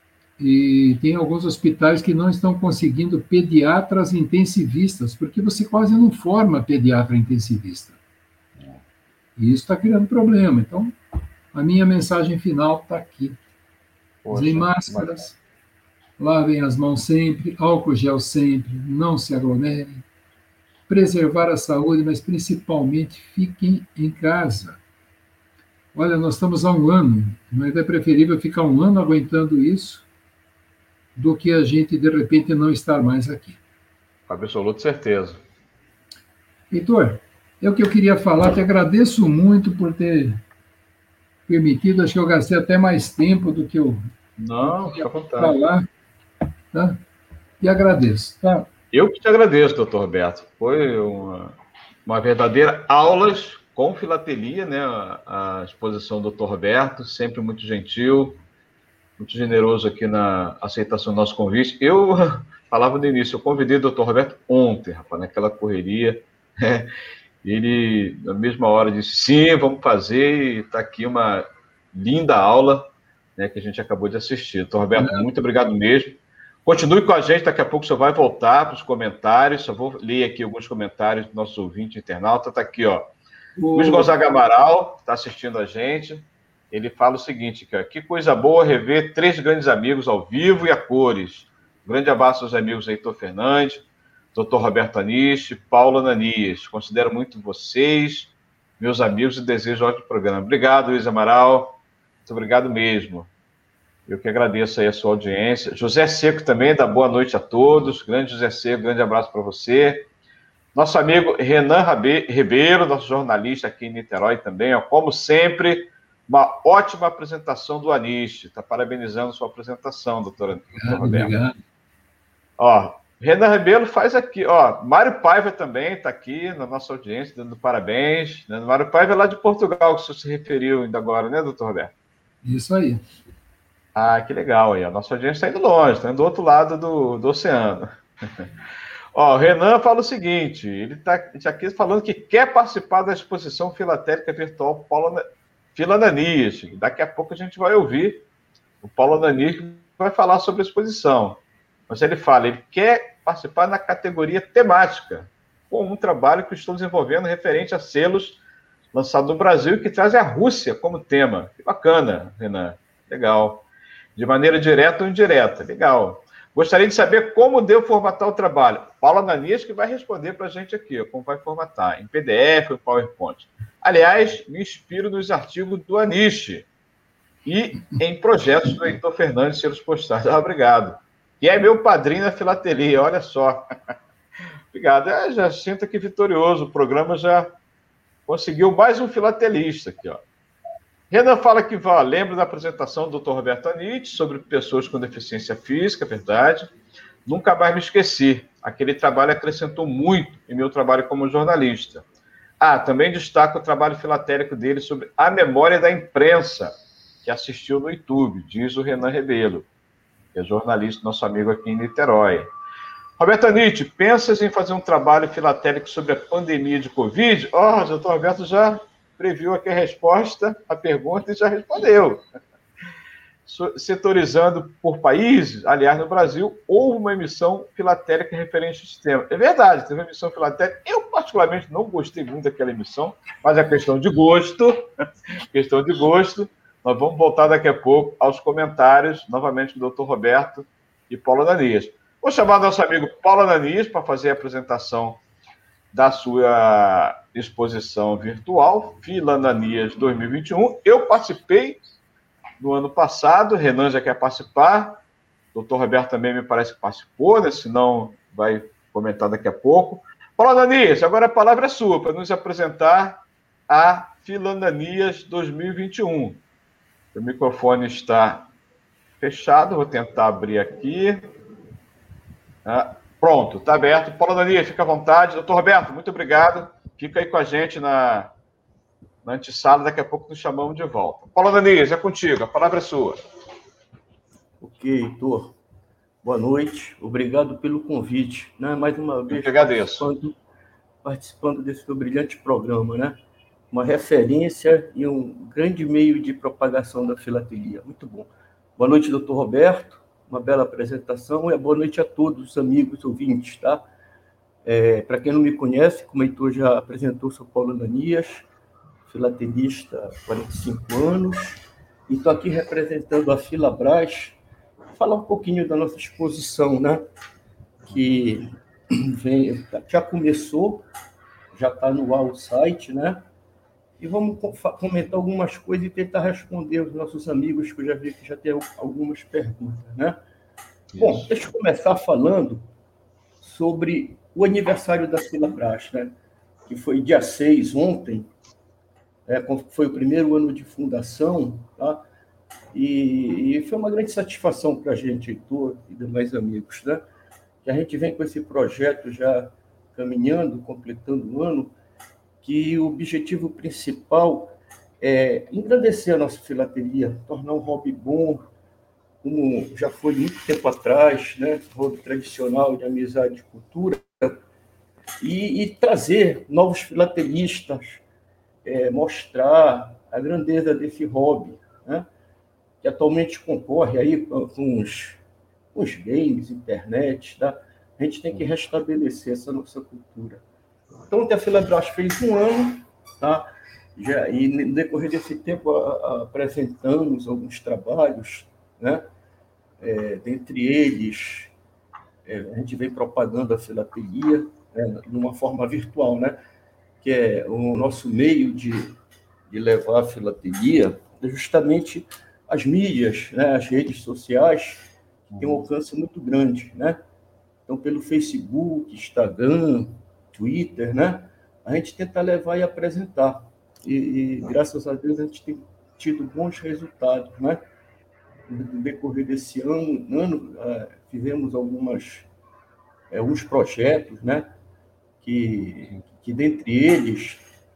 E tem alguns hospitais que não estão conseguindo pediatras intensivistas, porque você quase não forma pediatra intensivista. E isso está criando problema. Então, a minha mensagem final está aqui. Usem máscaras, lavem as mãos sempre, álcool gel sempre, não se aglomerem, preservar a saúde, mas principalmente fiquem em casa. Olha, nós estamos há um ano, mas é preferível ficar um ano aguentando isso do que a gente, de repente, não estar mais aqui. Com absoluta certeza. Heitor, é o que eu queria falar, te agradeço muito por ter permitido, acho que eu gastei até mais tempo do que eu não, fica à vontade. Falar, tá? E agradeço, tá? Eu que te agradeço, doutor Roberto. Foi uma, uma verdadeira aulas com filatelia, né? A, a exposição do doutor Roberto, sempre muito gentil, muito generoso aqui na aceitação do nosso convite. Eu falava no início, eu convidei o doutor Roberto ontem, rapaz, naquela correria, né? Ele, na mesma hora, disse, sim, vamos fazer, e está aqui uma linda aula, né, que a gente acabou de assistir. Doutor Roberto, muito obrigado mesmo. Continue com a gente, daqui a pouco o senhor vai voltar para os comentários, só vou ler aqui alguns comentários do nosso ouvinte internauta. Está aqui, ó. O... Luiz Gonzaga Amaral está assistindo a gente. Ele fala o seguinte, que, ó, que coisa boa rever três grandes amigos ao vivo e a cores. Um grande abraço aos amigos Heitor Fernandes, doutor Roberto Aniche, Paulo Ananias. Considero muito vocês, meus amigos, e desejo um ótimo programa. Obrigado, Luiz Amaral. Muito obrigado mesmo. Eu que agradeço aí a sua audiência. José Seco também, dá boa noite a todos. Grande José Seco, grande abraço para você. Nosso amigo Renan Ribeiro, nosso jornalista aqui em Niterói também, ó, como sempre, uma ótima apresentação do Aniche. Está parabenizando sua apresentação, doutor, doutor Roberto. Obrigado. Ó, Renan Ribeiro faz aqui, ó, Mário Paiva também está aqui na nossa audiência, dando parabéns. Né? Mário Paiva é lá de Portugal, que o senhor se referiu ainda agora, né, doutor Roberto? Isso aí. Ah, que legal aí. A nossa audiência está indo longe, está indo do outro lado do, do oceano. Ó, o Renan fala o seguinte, ele está aqui falando que quer participar da exposição filatélica virtual Paulo Filananias. Daqui a pouco a gente vai ouvir o Paulo Ananias que vai falar sobre a exposição. Mas ele fala, ele quer participar na categoria temática, com um trabalho que estou desenvolvendo referente a selos lançados no Brasil e que traz a Rússia como tema. Que bacana, Renan. Legal. De maneira direta ou indireta. Legal. Gostaria de saber como devo formatar o trabalho. Paulo Ananias que vai responder para a gente aqui, ó, como vai formatar, em P D F ou PowerPoint. Aliás, me inspiro nos artigos do Anish e em projetos do Heitor Fernandes selos postais. Ah, obrigado. E é meu padrinho na filatelia, olha só. Obrigado. É, já sinto aqui vitorioso. O programa já conseguiu mais um filatelista aqui, ó. Renan fala que vai, lembra da apresentação do doutor Roberto Anitti sobre pessoas com deficiência física, verdade. Nunca mais me esqueci. Aquele trabalho acrescentou muito em meu trabalho como jornalista. Ah, também destaco o trabalho filatélico dele sobre a memória da imprensa, que assistiu no YouTube, diz o Renan Rebelo, que é jornalista, nosso amigo aqui em Niterói. Roberto Anitti, pensas em fazer um trabalho filatélico sobre a pandemia de Covid? Ó, oh, o doutor Roberto já previu aqui a resposta, a pergunta e já respondeu. Setorizando por países, aliás, no Brasil, houve uma emissão filatélica referente ao sistema. É verdade, teve uma emissão filatélica. Eu, particularmente, não gostei muito daquela emissão, mas é questão de gosto, questão de gosto. Nós vamos voltar daqui a pouco aos comentários, novamente, do doutor Roberto e Paulo Ananias. Vou chamar nosso amigo Paulo Ananias para fazer a apresentação da sua exposição virtual, Filananias dois mil e vinte e um. Eu participei no ano passado, Renan já quer participar, o doutor Roberto também me parece que participou, né? Senão vai comentar daqui a pouco. Paulo Ananias, agora a palavra é sua, para nos apresentar a Filananias dois mil e vinte e um. O microfone está fechado, vou tentar abrir aqui. Ah, pronto, está aberto. Paulo Ananias, fica à vontade. Doutor Roberto, muito obrigado. Fica aí com a gente na, na antessala, daqui a pouco nos chamamos de volta. Paulo Ananias, é contigo, a palavra é sua. Ok, Heitor. Boa noite, obrigado pelo convite. Né? Mais uma vez, Eu que agradeço. Participando, participando desse seu brilhante programa, né? Uma referência e um grande meio de propagação da filatelia. Muito bom. Boa noite, doutor Roberto. Uma bela apresentação e boa noite a todos os amigos ouvintes, tá? É, para quem não me conhece, como o Heitor já apresentou, sou Paulo Ananias, filatelista há quarenta e cinco anos, e estou aqui representando a Filabras, falar um pouquinho da nossa exposição, né? Que vem, já começou, já está no ar o site, né? E vamos comentar algumas coisas e tentar responder aos nossos amigos, que eu já vi que já tem algumas perguntas, né? Isso. Bom, deixa eu começar falando sobre o aniversário da Filabras, né? Que foi dia seis, ontem, é, foi o primeiro ano de fundação, tá? E, e foi uma grande satisfação para a gente, Heitor e demais amigos, né? Que a gente vem com esse projeto já caminhando, completando um ano, que o objetivo principal é engrandecer a nossa filatelia, tornar um hobby bom, como já foi muito tempo atrás, né? Hobby tradicional de amizade e cultura, e, e trazer novos filatelistas, é, mostrar a grandeza desse hobby, né? Que atualmente concorre aí com, com, os, com os games, internet, tá? A gente tem que restabelecer essa nossa cultura. Então, a Filabras fez um ano, tá? Já, e no decorrer desse tempo a, a, apresentamos alguns trabalhos, né? É, dentre eles, é, a gente vem propagando a filatelia, né? Numa forma virtual, né? Que é o nosso meio de, de levar a filatelia, é justamente as mídias, né? As redes sociais, que têm um alcance muito grande, né? Então, pelo Facebook, Instagram, Twitter, né? A gente tenta levar e apresentar. E, e, graças a Deus, a gente tem tido bons resultados, né? No decorrer desse ano, ano uh, fizemos algumas, uh, alguns projetos, né? Que, que dentre eles,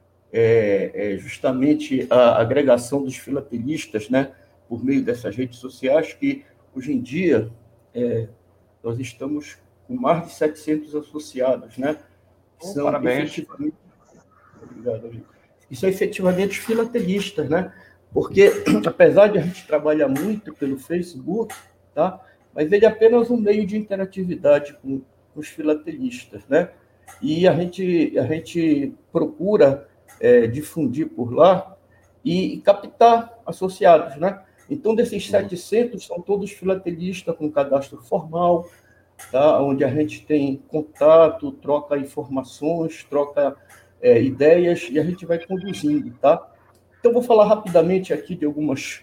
é, é justamente a agregação dos filatelistas, né? Por meio dessas redes sociais, que hoje em dia é, nós estamos com mais de setecentos associados, né? Oh, são parabéns. efetivamente... Obrigado, amigo. Que são efetivamente os filatelistas, né? Porque, apesar de a gente trabalhar muito pelo Facebook, tá? Mas ele é apenas um meio de interatividade com os filatelistas, né? E a gente, a gente procura é, difundir por lá e, e captar associados, né? Então, desses setecentos, são todos filatelistas com cadastro formal, tá? Onde a gente tem contato, troca informações, troca é, ideias, e a gente vai conduzindo, tá? Então, vou falar rapidamente aqui de alguns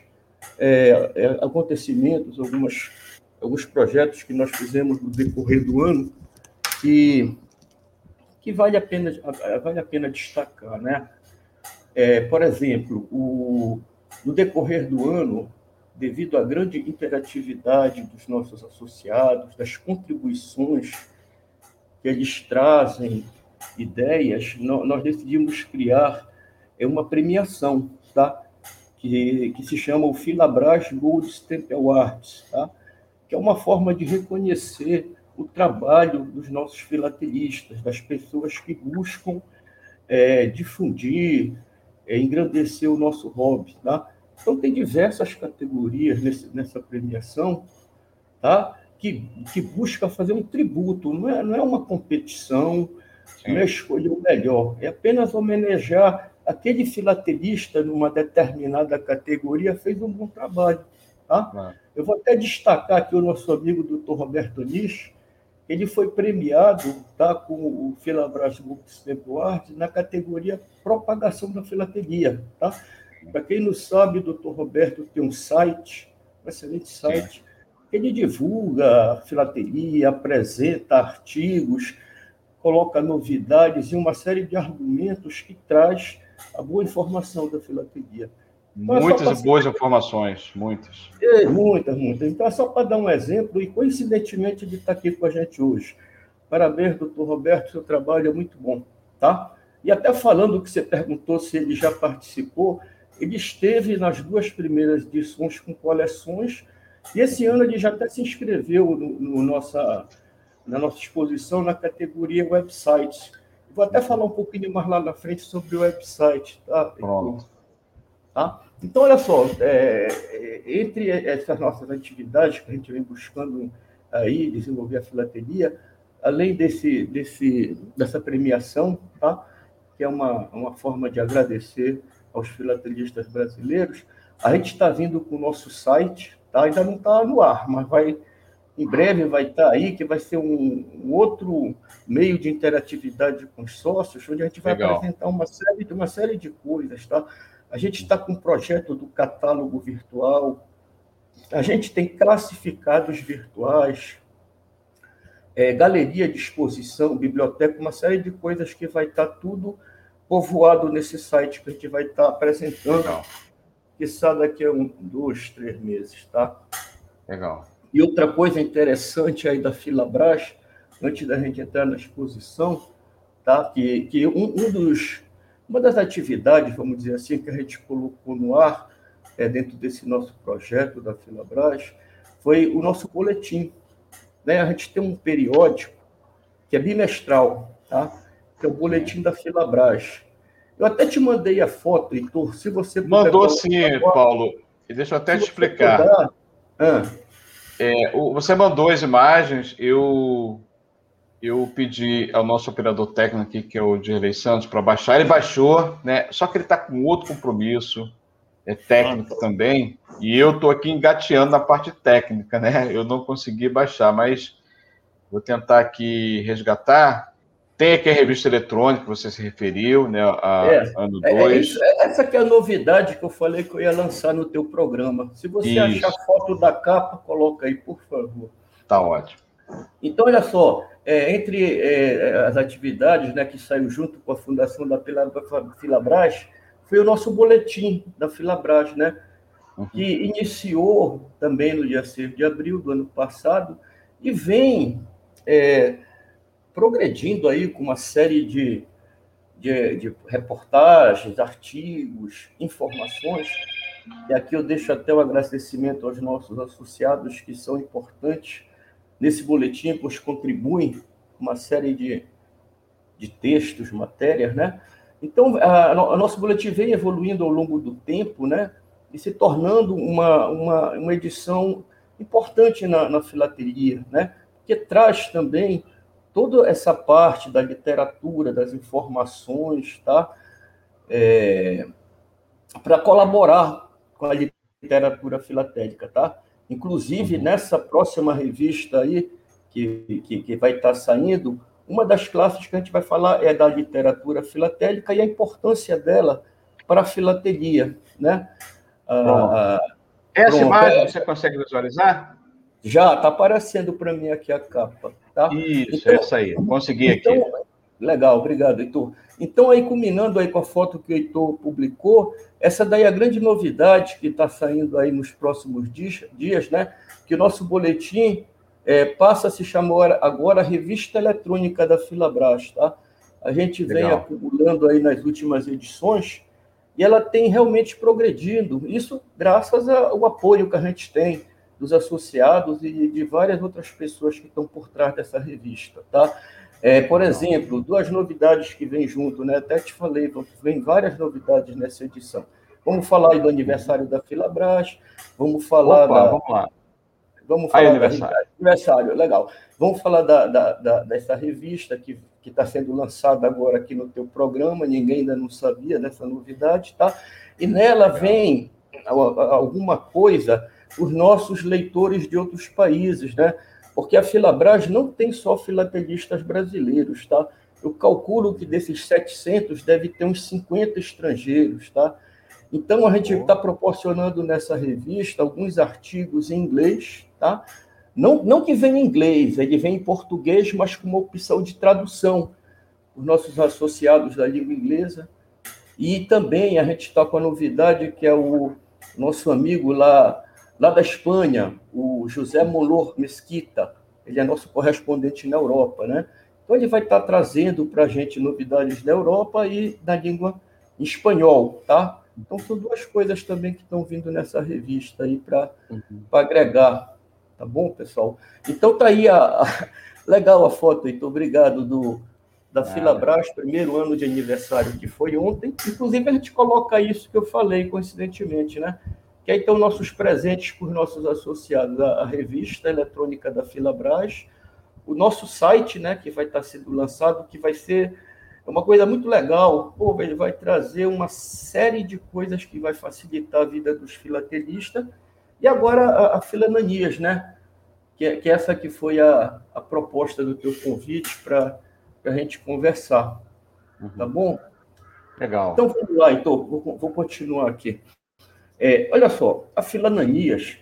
é, é, acontecimentos, algumas, alguns projetos que nós fizemos no decorrer do ano, que, que vale, a pena, vale a pena destacar, né? É, por exemplo, o, no decorrer do ano, devido à grande interatividade dos nossos associados, das contribuições que eles trazem, ideias, nós decidimos criar uma premiação, tá? que, que se chama o Filabras Gold Stamp Awards, tá? Que é uma forma de reconhecer o trabalho dos nossos filatelistas, das pessoas que buscam é, difundir, é, engrandecer o nosso hobby. Tá? Então, tem diversas categorias nesse, nessa premiação, tá? que, que busca fazer um tributo, não é, não é uma competição, Sim. não é escolher o melhor, é apenas homenagear aquele filatelista numa determinada categoria fez um bom trabalho. Tá? Ah. Eu vou até destacar aqui o nosso amigo doutor Roberto Nisch, ele foi premiado, tá, com o Filabras Gold Stamp Awards na categoria propagação da filatelia. Tá? Para quem não sabe, o doutor Roberto tem um site, um excelente site, Sim. ele divulga a filatelia, apresenta artigos, coloca novidades e uma série de argumentos que traz a boa informação da filatelia. Então, muitas é boas informações, muitas. É, muitas, muitas. Então, é só para dar um exemplo, e coincidentemente ele está aqui com a gente hoje. Parabéns, doutor Roberto, seu trabalho é muito bom. Tá? E até falando que você perguntou se ele já participou, ele esteve nas duas primeiras edições com coleções, e esse ano ele já até se inscreveu no, no nossa, na nossa exposição na categoria websites. Vou até falar um pouquinho mais lá na frente sobre o website. Tá? Pronto. Tá? Então, olha só, é, entre essas nossas atividades que a gente vem buscando aí desenvolver a filatelia, além desse, desse, dessa premiação, tá? Que é uma, uma forma de agradecer aos filatelistas brasileiros, a gente está vindo com o nosso site, tá? Ainda não está no ar, mas vai, em breve vai estar tá aí, que vai ser um, um outro meio de interatividade com os sócios, onde a gente vai Legal. apresentar uma série, uma série de coisas, tá? A gente está com um projeto do catálogo virtual, a gente tem classificados virtuais, é, galeria de exposição, biblioteca, uma série de coisas que vai estar tudo povoado nesse site que a gente vai estar apresentando, Legal. que sai daqui a um, dois, três meses, tá? Legal. E outra coisa interessante aí da Filabras, antes da gente entrar na exposição, tá? que, que um, um dos... Uma das atividades, vamos dizer assim, que a gente colocou no ar, é, dentro desse nosso projeto da Filabras, foi o nosso boletim. Né? A gente tem um periódico que é bimestral, tá? Que é o boletim da Filabras. Eu até te mandei a foto, Heitor, se você... Mandou sim, agora, Paulo. E deixa eu até te explicar. Puder... Ah. É, você mandou as imagens, eu... Eu pedi ao nosso operador técnico aqui, que é o Dirley Santos, para baixar. Ele baixou, né? Só que ele está com outro compromisso, é técnico também, e eu estou aqui engateando na parte técnica, né? Eu não consegui baixar, mas vou tentar aqui resgatar. Tem aqui a revista eletrônica que você se referiu, né? A é, ano dois. É, é essa que é a novidade que eu falei que eu ia lançar no teu programa. Se você isso. achar foto da capa, coloca aí, por favor. Tá ótimo. Então, olha só, é, entre é, as atividades, né, que saiu junto com a fundação da Filabras, foi o nosso boletim da Filabras, né, uhum. que iniciou também no dia seis de abril do ano passado e vem é, progredindo aí com uma série de, de, de reportagens, artigos, informações. E aqui eu deixo até o agradecimento aos nossos associados, que são importantes nesse boletim, pois contribuem com uma série de, de textos, matérias, né? Então, a, a nosso boletim vem evoluindo ao longo do tempo, né? E se tornando uma, uma, uma edição importante na, na filatelia, né? Que traz também toda essa parte da literatura, das informações, tá? É, para colaborar com a literatura filatélica, tá? Inclusive, uhum. nessa próxima revista aí, que, que, que vai estar saindo, uma das classes que a gente vai falar é da literatura filatélica e a importância dela para a filatelia, né? Ah, essa pronto. Imagem você consegue visualizar? Já, está aparecendo para mim aqui a capa, tá? Isso, então, essa aí, consegui então, aqui. Legal, obrigado, Heitor. Então, aí, culminando aí com a foto que o Heitor publicou, essa daí é a grande novidade que está saindo aí nos próximos dias, dias, né? Que o nosso boletim é, passa a se chamar agora Revista Eletrônica da Filabras, tá? A gente vem Legal. acumulando aí nas últimas edições e ela tem realmente progredindo. Isso graças ao apoio que a gente tem dos associados e de várias outras pessoas que estão por trás dessa revista, tá? É, por exemplo, duas novidades que vêm junto, né? Até te falei, vem várias novidades nessa edição. Vamos falar aí do aniversário da Filabras, vamos falar Opa, da... vamos lá. Vamos falar aí, da aniversário. aniversário, legal. Vamos falar da, da, da, dessa revista que está sendo lançada agora aqui no teu programa, ninguém ainda não sabia dessa novidade, tá? E nela vem alguma coisa os nossos leitores de outros países, né? Porque a Filabras não tem só filatelistas brasileiros, tá? Eu calculo que desses setecentos deve ter uns cinquenta estrangeiros, tá? Então, a gente está proporcionando nessa revista alguns artigos em inglês, tá? Não, não que venha em inglês, ele vem em português, mas com uma opção de tradução, os nossos associados da língua inglesa. E também a gente está com a novidade que é o nosso amigo lá, lá da Espanha, o José Molor Mesquita, ele é nosso correspondente na Europa, né? Então, ele vai estar trazendo para a gente novidades da Europa e da língua em espanhol, tá? Então, são duas coisas também que estão vindo nessa revista aí para uhum. agregar, tá bom, pessoal? Então, tá aí a, a legal a foto, Heitor, obrigado, do, da ah, Filabras, primeiro ano de aniversário, que foi ontem. Inclusive, a gente coloca isso que eu falei, coincidentemente, né? Que aí estão nossos presentes para os nossos associados, a, a revista eletrônica da Filabras, o nosso site, né, que vai estar sendo lançado, que vai ser uma coisa muito legal. Pô, ele vai trazer uma série de coisas que vai facilitar a vida dos filatelistas. E agora a, a Filananias, né, que é, que é essa que foi a, a proposta do teu convite para a gente conversar. Uhum. Tá bom? Legal. Então, vamos lá, então, vou, vou continuar aqui. É, olha só, a Filananias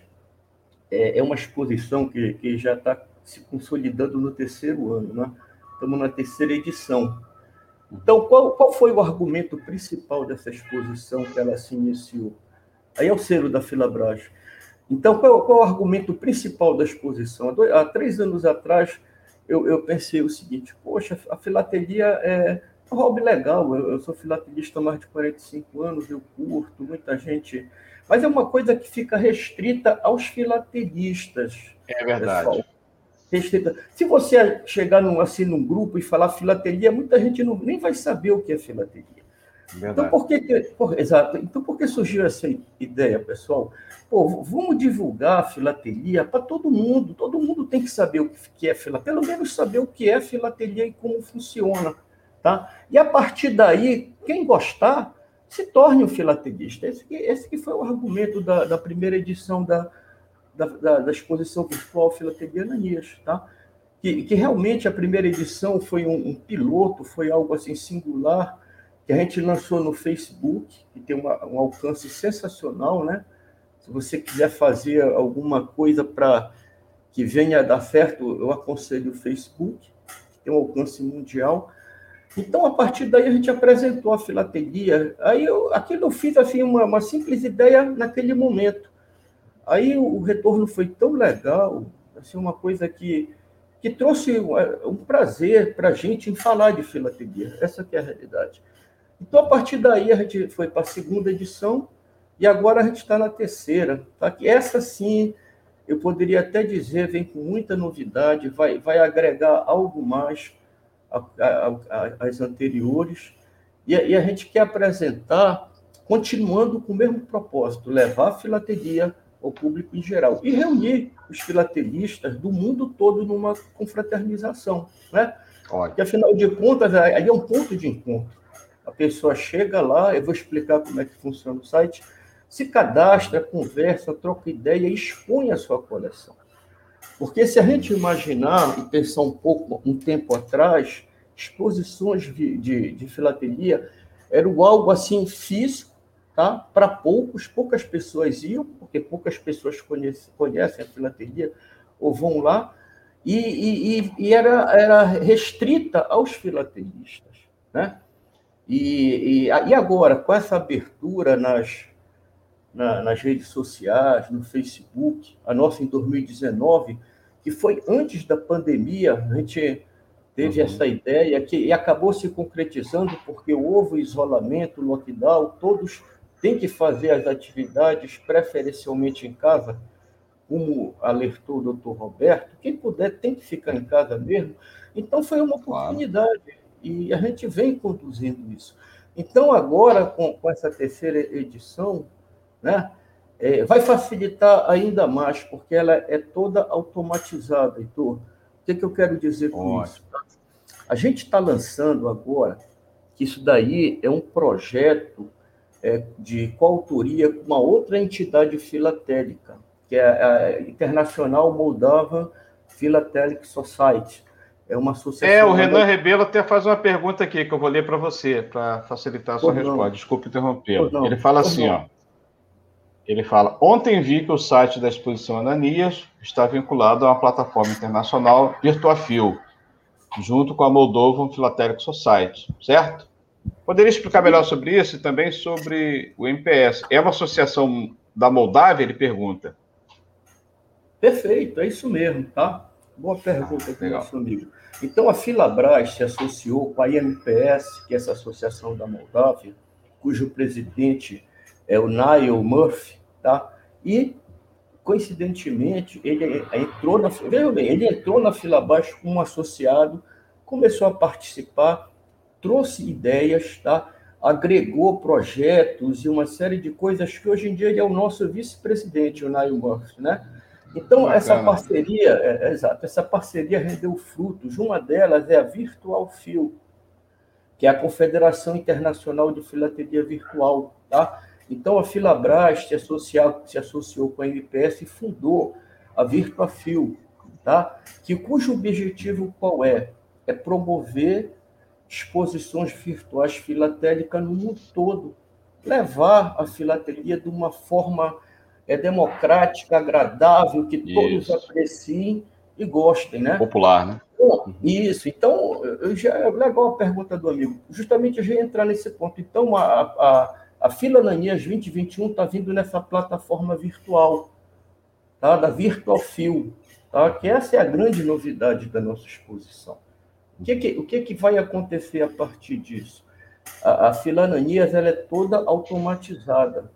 é, é uma exposição que, que já está se consolidando no terceiro ano, né? Estamos na terceira edição. Então, qual, qual foi o argumento principal dessa exposição que ela se iniciou? Aí é o selo da Filabras. Então, qual, qual é o argumento principal da exposição? Há, dois, há três anos atrás, eu, eu pensei o seguinte, poxa, a filatelia é um hobby legal, eu, eu sou filatelista há mais de quarenta e cinco anos, eu curto, muita gente... Mas é uma coisa que fica restrita aos filatelistas. É verdade. Pessoal. Restrita. Se você chegar num, assim, num grupo e falar filatelia, muita gente não, nem vai saber o que é filatelia. Verdade. Então, por que, por, exato. Então, por que surgiu essa ideia, pessoal? Pô, vamos divulgar a filatelia para todo mundo. Todo mundo tem que saber o que é filatelia, pelo menos saber o que é filatelia e como funciona. Tá? E, a partir daí, quem gostar, se torne um filatelista. Esse que, esse que foi o argumento da, da primeira edição da, da, da, da exposição virtual Filatelia Ananias, tá? Que, que realmente a primeira edição foi um, um piloto, foi algo assim singular, que a gente lançou no Facebook, que tem uma, um alcance sensacional, né? Se você quiser fazer alguma coisa para que venha a dar certo, eu aconselho o Facebook, que tem um alcance mundial. Então, a partir daí, a gente apresentou a filatelia. Aí, eu, aquilo eu fiz assim, uma, uma simples ideia naquele momento. Aí, o, o retorno foi tão legal, assim, uma coisa que, que trouxe um, um prazer para a gente em falar de filatelia. Essa que é a realidade. Então, a partir daí, a gente foi para a segunda edição e agora a gente está na terceira. Tá? Que essa, sim, eu poderia até dizer, vem com muita novidade, vai, vai agregar algo mais às anteriores, e, e a gente quer apresentar, continuando com o mesmo propósito, levar a filatelia ao público em geral, e reunir os filatelistas do mundo todo numa confraternização, né? Porque, afinal de contas, aí é um ponto de encontro. A pessoa chega lá, eu vou explicar como é que funciona o site, se cadastra, conversa, troca ideia e expõe a sua coleção. Porque se a gente imaginar e pensar um pouco, um tempo atrás, exposições de, de, de filatelia eram algo assim físico, tá? Para poucos, poucas pessoas iam, porque poucas pessoas conhecem, conhecem a filatelia ou vão lá, e, e, e era, era restrita aos filatelistas, né? E, e, e agora, com essa abertura nas, na, nas redes sociais, no Facebook, a nossa em dois mil e dezenove, que foi antes da pandemia, a gente teve uhum. essa ideia que, e acabou se concretizando porque houve isolamento, lockdown, todos têm que fazer as atividades preferencialmente em casa, como alertou o doutor Roberto, quem puder tem que ficar em casa mesmo. Então, foi uma oportunidade. Claro. E a gente vem conduzindo isso. Então, agora, com, com essa terceira edição, né, é, vai facilitar ainda mais, porque ela é toda automatizada, Heitor. O que, que eu quero dizer com Ótimo. isso? A gente está lançando agora, que isso daí é um projeto é, de coautoria com uma outra entidade filatélica, que é a International Moldavan Philatelic Society. É uma associação... É, o Renan Rebelo até faz uma pergunta aqui, que eu vou ler para você, para facilitar a sua resposta. Desculpe interrompê-lo. Ele fala assim, ó. Ele fala, ontem vi que o site da exposição Ananias está vinculado a uma plataforma internacional Virtuafil, junto com a Moldovan Philatelic Society, certo? Poderia explicar melhor sobre isso e também sobre o M P S? É uma associação da Moldávia, ele pergunta. Perfeito, é isso mesmo, tá? Boa pergunta aqui, nosso amigo. Então, a Filabras se associou com a I M P S, que é essa associação da Moldávia, cujo presidente é o Niall Murphy, tá? E, coincidentemente, ele entrou na, veja bem, ele entrou na Filabras como um associado, começou a participar, trouxe ideias, tá? Agregou projetos e uma série de coisas que hoje em dia ele é o nosso vice-presidente, o Niall Murphy, né? Então, Bacana. essa parceria, é, é, exato, essa parceria rendeu frutos. Uma delas é a Virtuafil, que é a Confederação Internacional de Filatelia Virtual, tá? Então, a Filabras se, associou, se associou com a M P S e fundou a Virtuafil, tá? Que, cujo objetivo qual é? É promover exposições virtuais filatélicas no mundo todo, levar a filatelia de uma forma é, democrática, agradável, que todos isso. apreciem e gostem, né? Popular, né? Bom, isso. Então, eu já, é legal a pergunta do amigo. Justamente eu já ia entrar nesse ponto. Então, a, a, a Filananias vinte e vinte e um está vindo nessa plataforma virtual, tá? Da Virtuafil, tá? Que essa é a grande novidade da nossa exposição. O que, que, o que, que vai acontecer a partir disso? A, a Filananias ela é toda automatizada.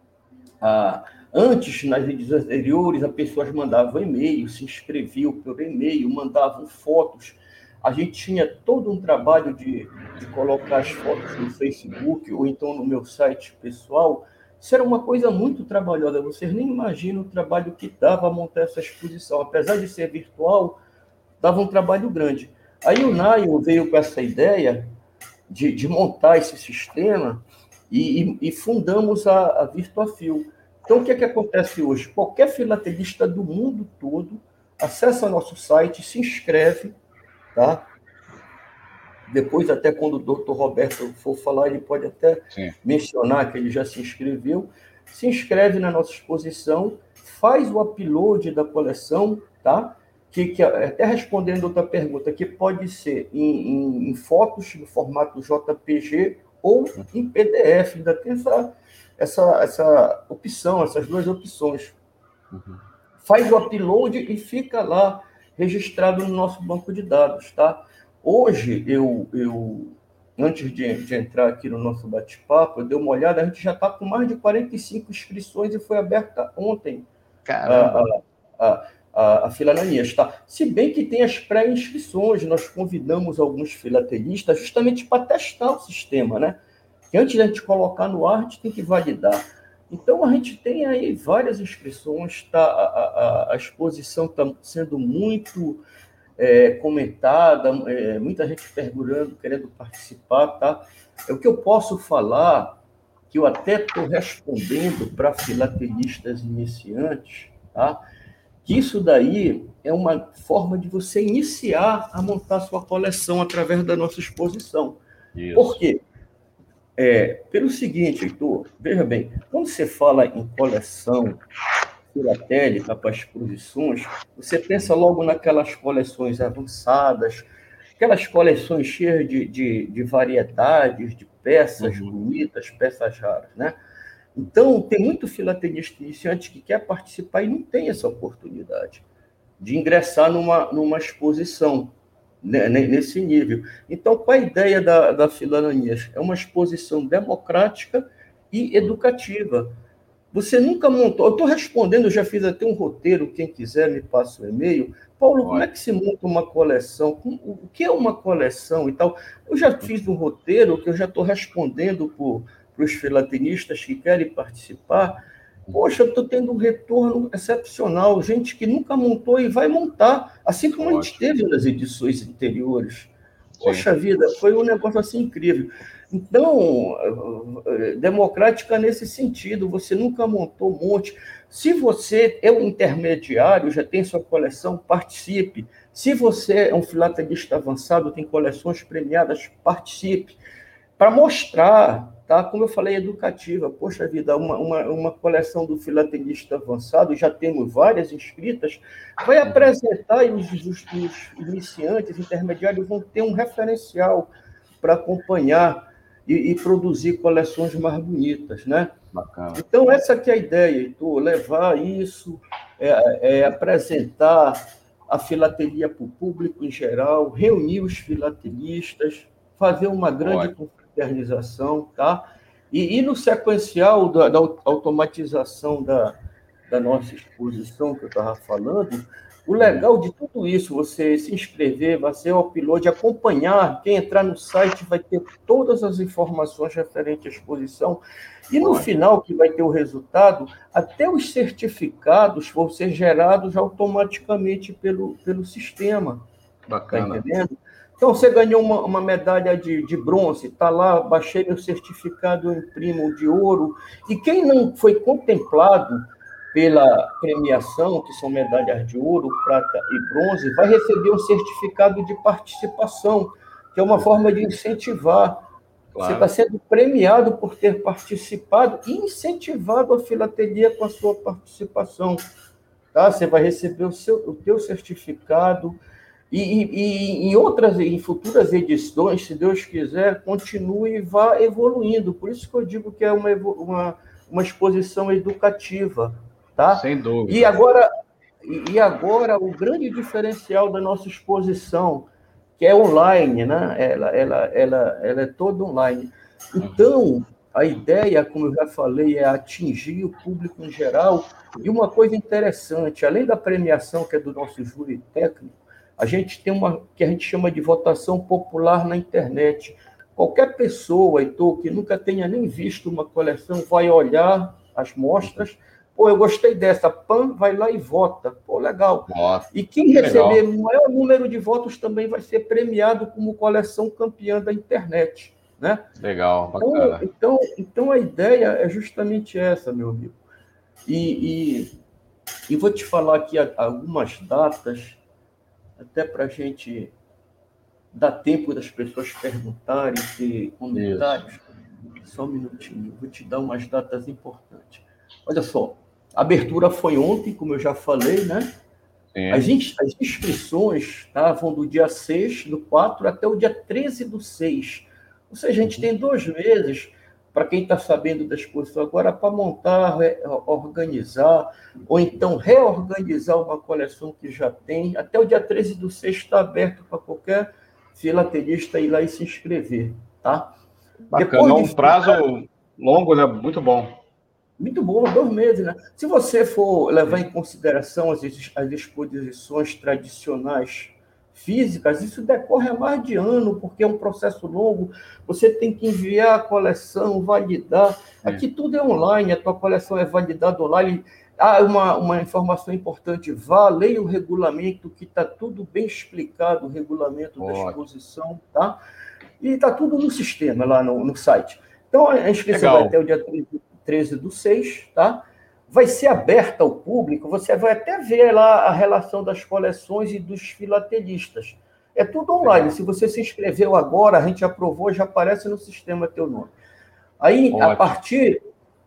A, antes, nas edições anteriores, as pessoas mandavam e-mail, se inscreviam por e-mail, mandavam fotos. A gente tinha todo um trabalho de, de colocar as fotos no Facebook ou então no meu site pessoal. Isso era uma coisa muito trabalhosa. Vocês nem imaginam o trabalho que dava a montar essa exposição. Apesar de ser virtual, dava um trabalho grande. Aí o Niall veio com essa ideia de, de montar esse sistema e, e, e fundamos a, a Virtuafil. Então, o que é que acontece hoje? Qualquer filatelista do mundo todo acessa nosso site, se inscreve, tá? Depois, até quando o doutor Roberto for falar, ele pode até Sim. mencionar que ele já se inscreveu. Se inscreve na nossa exposição, faz o upload da coleção, tá? Que, que, até respondendo outra pergunta, que pode ser em, em, em fotos no formato J P G ou em P D F, ainda tem essa, essa, essa opção, essas duas opções. Uhum. Faz o upload e fica lá registrado no nosso banco de dados, tá? Hoje, eu, eu antes de, de entrar aqui no nosso bate-papo, eu dei uma olhada, a gente já está com mais de quarenta e cinco inscrições e foi aberta ontem. Caramba! A, a, a, a Filananias, tá? Se bem que tem as pré-inscrições, nós convidamos alguns filatelistas justamente para testar o sistema, né? Que antes de a gente colocar no ar, a gente tem que validar. Então, a gente tem aí várias inscrições, tá? a, a, a exposição está sendo muito é, comentada, é, muita gente perguntando, querendo participar, tá? É o que eu posso falar, que eu até estou respondendo para filatelistas iniciantes, tá? Que isso daí é uma forma de você iniciar a montar sua coleção através da nossa exposição. Isso. Por quê? É, pelo seguinte, Heitor, veja bem, quando você fala em coleção filatélica para exposições, você pensa logo naquelas coleções avançadas, aquelas coleções cheias de, de, de variedades, de peças uhum. bonitas, peças raras, né? Então, tem muito filatelista iniciante que quer participar e não tem essa oportunidade de ingressar numa, numa exposição né, nesse nível. Então, qual a ideia da, da Filananias? É uma exposição democrática e educativa. Você nunca montou... Eu estou respondendo, eu já fiz até um roteiro, quem quiser me passa o e-mail. Paulo, como é que se monta uma coleção? O que é uma coleção e tal? Eu já fiz um roteiro que eu já estou respondendo por... para os filatelistas que querem participar, poxa, eu estou tendo um retorno excepcional, gente que nunca montou e vai montar, assim como Ótimo. A gente teve nas edições anteriores. Poxa Sim. vida, foi um negócio assim incrível. Então, democrática nesse sentido, você nunca montou um monte. Se você é um intermediário, já tem sua coleção, participe. Se você é um filatelista avançado, tem coleções premiadas, participe. Para mostrar, tá? Como eu falei, educativa. Poxa vida, uma, uma, uma coleção do filatelista avançado, já temos várias inscritas, vai apresentar e os, os, os iniciantes, intermediários, vão ter um referencial para acompanhar e, e produzir coleções mais bonitas, né? Bacana. Então, essa que é a ideia, Heitor, levar isso, é, é, apresentar a filatelia para o público em geral, reunir os filatelistas, fazer uma grande confraternização, tá? E, e no sequencial da, da automatização da, da nossa exposição, que eu estava falando, o legal de tudo isso, você se inscrever, vai ser o upload, acompanhar, quem entrar no site vai ter todas as informações referentes à exposição, e no final, que vai ter o resultado, até os certificados vão ser gerados automaticamente pelo, pelo sistema. Bacana. Tá entendendo? Então, você ganhou uma, uma medalha de, de bronze, está lá, baixei meu certificado, eu imprimo de ouro. E quem não foi contemplado pela premiação, que são medalhas de ouro, prata e bronze, vai receber um certificado de participação, que é uma forma de incentivar. Claro. Você está sendo premiado por ter participado e incentivado a filatelia com a sua participação. Tá? Você vai receber o, seu, o teu certificado. E, e, e em outras, em futuras edições, se Deus quiser, continue e vá evoluindo. Por isso que eu digo que é uma, uma, uma exposição educativa, tá? Sem dúvida. E agora, e agora, o grande diferencial da nossa exposição, que é online, né? Ela, ela, ela, ela é toda online. Então, a ideia, como eu já falei, é atingir o público em geral. E uma coisa interessante, além da premiação, que é do nosso júri técnico, a gente tem uma que a gente chama de votação popular na internet. Qualquer pessoa, Heitor, que nunca tenha nem visto uma coleção, vai olhar as mostras, pô, eu gostei dessa, pam, vai lá e vota. Pô, legal. Nossa, e quem receber o maior número de votos também vai ser premiado como coleção campeã da internet, né? Legal, bacana. Então, então, então a ideia é justamente essa, meu amigo. E, e, e vou te falar aqui algumas datas, até para a gente dar tempo das pessoas perguntarem, ter comentários. Isso. Só um minutinho, vou te dar umas datas importantes. Olha só, a abertura foi ontem, como eu já falei, né? As, ins as inscrições estavam do dia seis do quatro até o dia treze do seis. Ou seja, a gente tem dois meses, para quem está sabendo da exposição agora, para montar, organizar, ou então reorganizar uma coleção que já tem. Até o dia treze do seis está aberto para qualquer filatelista ir lá e se inscrever, tá? Bacana, é um prazo longo, né? Muito bom. Muito bom, dois meses, né? Se você for levar em consideração as, as exposições tradicionais físicas, isso decorre a mais de ano, porque é um processo longo, você tem que enviar a coleção, validar. Aqui tudo é online, a tua coleção é validada online. Ah, uma, uma informação importante, vá, leia o regulamento, que está tudo bem explicado, o regulamento da exposição, tá? E está tudo no sistema, lá no, no site. Então, a inscrição Legal. vai até o dia treze do seis, tá? Vai ser aberta ao público, você vai até ver lá a relação das coleções e dos filatelistas. É tudo online. Legal. Se você se inscreveu agora, a gente aprovou, já aparece no sistema teu nome. Aí, Ótimo. a partir...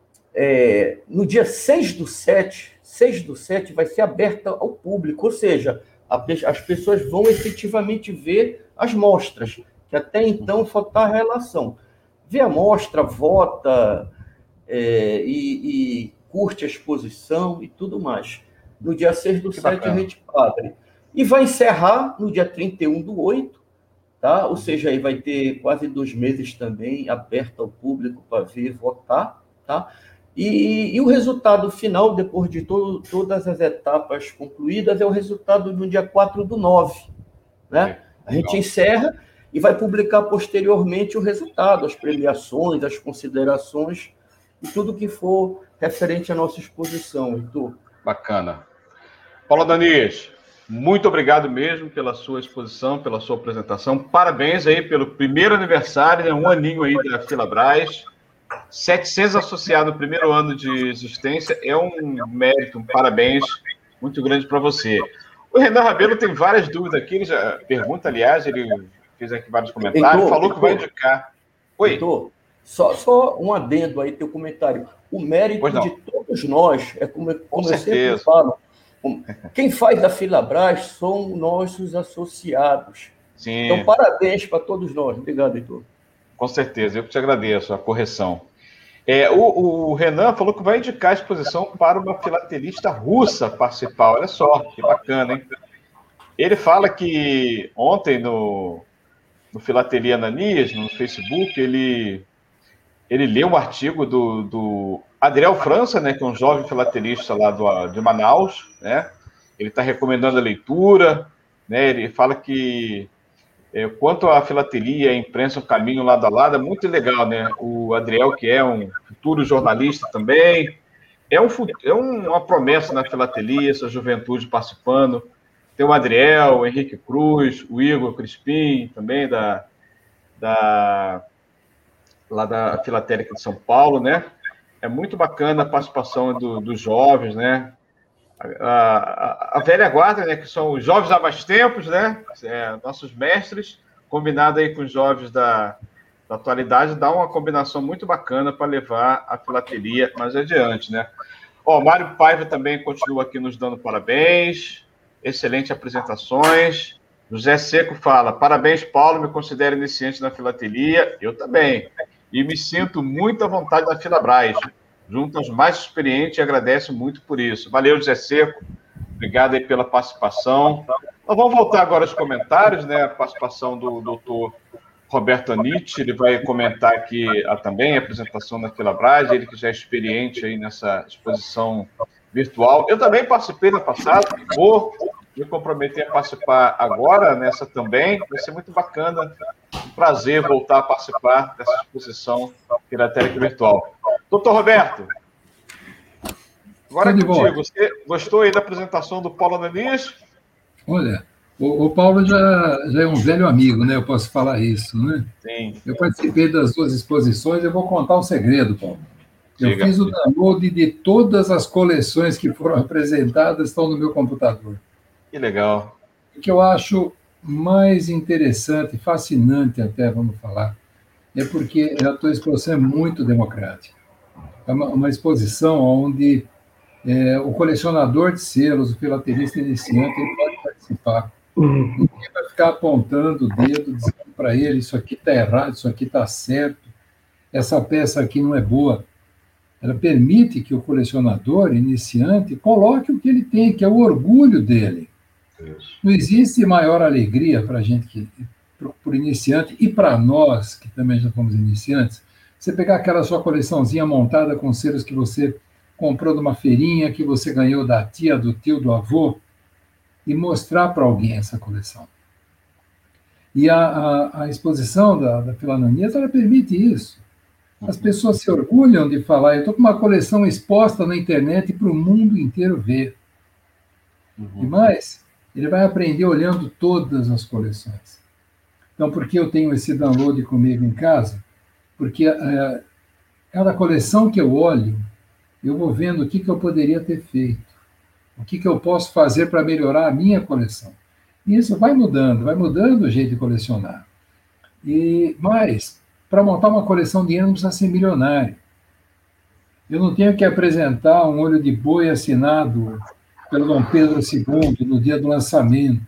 É, no dia seis do sete, seis do sete vai ser aberta ao público, ou seja, a, as pessoas vão efetivamente ver as mostras, que até então falta a relação. Vê a mostra, vota é, e, e curte a exposição e tudo mais. No dia seis do sete a gente abre. E vai encerrar no dia trinta e um do oito, tá? Ou seja, aí vai ter quase dois meses também aberto ao público para ver, votar, tá? E, e o resultado final, depois de todo, todas as etapas concluídas, é o resultado no dia quatro do nove. Né? A gente encerra e vai publicar posteriormente o resultado, as premiações, as considerações e tudo que for referente à nossa exposição, Heitor. Bacana. Paulo Daniz, muito obrigado mesmo pela sua exposição, pela sua apresentação. Parabéns aí pelo primeiro aniversário, né? Um aninho aí da Filabras. setecentos associados no primeiro ano de existência é um mérito, um parabéns muito grande para você. O Renan Rabelo tem várias dúvidas aqui, ele já pergunta, aliás, ele fez aqui vários comentários, Heitor, falou que Heitor, vai indicar. Oi. Heitor, só, só um adendo aí, teu comentário. O mérito de todos nós, é como, como Com eu certeza. sempre falo, quem faz a Filabras são nossos associados. Sim. Então, parabéns para todos nós. Obrigado, Heitor. Com certeza, eu que te agradeço a correção. É, o, o Renan falou que vai indicar a exposição para uma filatelista russa participar. Olha só, que bacana, hein? Ele fala que ontem no, no Filatelia Ananias, no Facebook, ele, ele leu um artigo do, do Adriel França, né, que é um jovem filatelista lá do, de Manaus, né? Ele está recomendando a leitura, né? Ele fala que É, quanto à filatelia, a imprensa, o caminho lado a lado, é muito legal, né? O Adriel, que é um futuro jornalista também, é, um, é um, uma promessa na filatelia, essa juventude participando. Tem o Adriel, o Henrique Cruz, o Igor Crispim, também da, da, lá da Filatélica de São Paulo, né? É muito bacana a participação do, dos jovens, né? A, a, a velha guarda, né, que são os jovens há mais tempos, né, é, nossos mestres, combinado aí com os jovens da, da atualidade, dá uma combinação muito bacana para levar a filatelia mais adiante, né. Ó, Mário Paiva também continua aqui nos dando parabéns, excelentes apresentações. José Seco fala, parabéns, Paulo, me considero iniciante na filatelia, eu também, e me sinto muito à vontade na Filabras, junto aos mais experientes, e agradeço muito por isso. Valeu, José Seco. Obrigado aí pela participação. Nós vamos voltar agora aos comentários, né? A participação do doutor Roberto Anitti, ele vai comentar aqui a, também a apresentação da Filabras, ele que já é experiente aí nessa exposição virtual. Eu também participei no passado, vou me comprometer a participar agora nessa também. Vai ser muito bacana, um prazer voltar a participar dessa exposição filatélica virtual. Doutor Roberto, agora é contigo. Você gostou aí da apresentação do Paulo Daniz? Olha, o, o Paulo já, já é um velho amigo, né? Eu posso falar isso, né? Sim. Eu participei das duas exposições, eu vou contar um segredo, Paulo. Eu Diga. fiz o download de todas as coleções que foram apresentadas, estão no meu computador. Que legal. O que eu acho mais interessante, fascinante até, vamos falar, é porque a tua exposição é muito democrática. É uma, uma exposição onde é, o colecionador de selos, o filatelista iniciante, ele pode participar. Ninguém vai ficar apontando o dedo, dizendo para ele, isso aqui está errado, isso aqui está certo, essa peça aqui não é boa. Ela permite que o colecionador iniciante coloque o que ele tem, que é o orgulho dele. Isso. Não existe maior alegria para a gente, que, para o iniciante, e para nós, que também já fomos iniciantes, Você pegar aquela sua coleçãozinha montada com selos que você comprou numa feirinha, que você ganhou da tia, do tio, do avô, e mostrar para alguém essa coleção. E a, a, a exposição da, da Filarmonia, ela permite isso. As pessoas se orgulham de falar, eu estou com uma coleção exposta na internet para o mundo inteiro ver. Uhum. E mais, ele vai aprender olhando todas as coleções. Então, por que eu tenho esse download comigo em casa? Porque uh, cada coleção que eu olho, eu vou vendo o que, que eu poderia ter feito, o que, que eu posso fazer para melhorar a minha coleção. E isso vai mudando, vai mudando o jeito de colecionar. E mais, para montar uma coleção de dinheiro não precisa ser milionário. Eu não tenho que apresentar um olho de boi assinado pelo Dom Pedro segundo no dia do lançamento.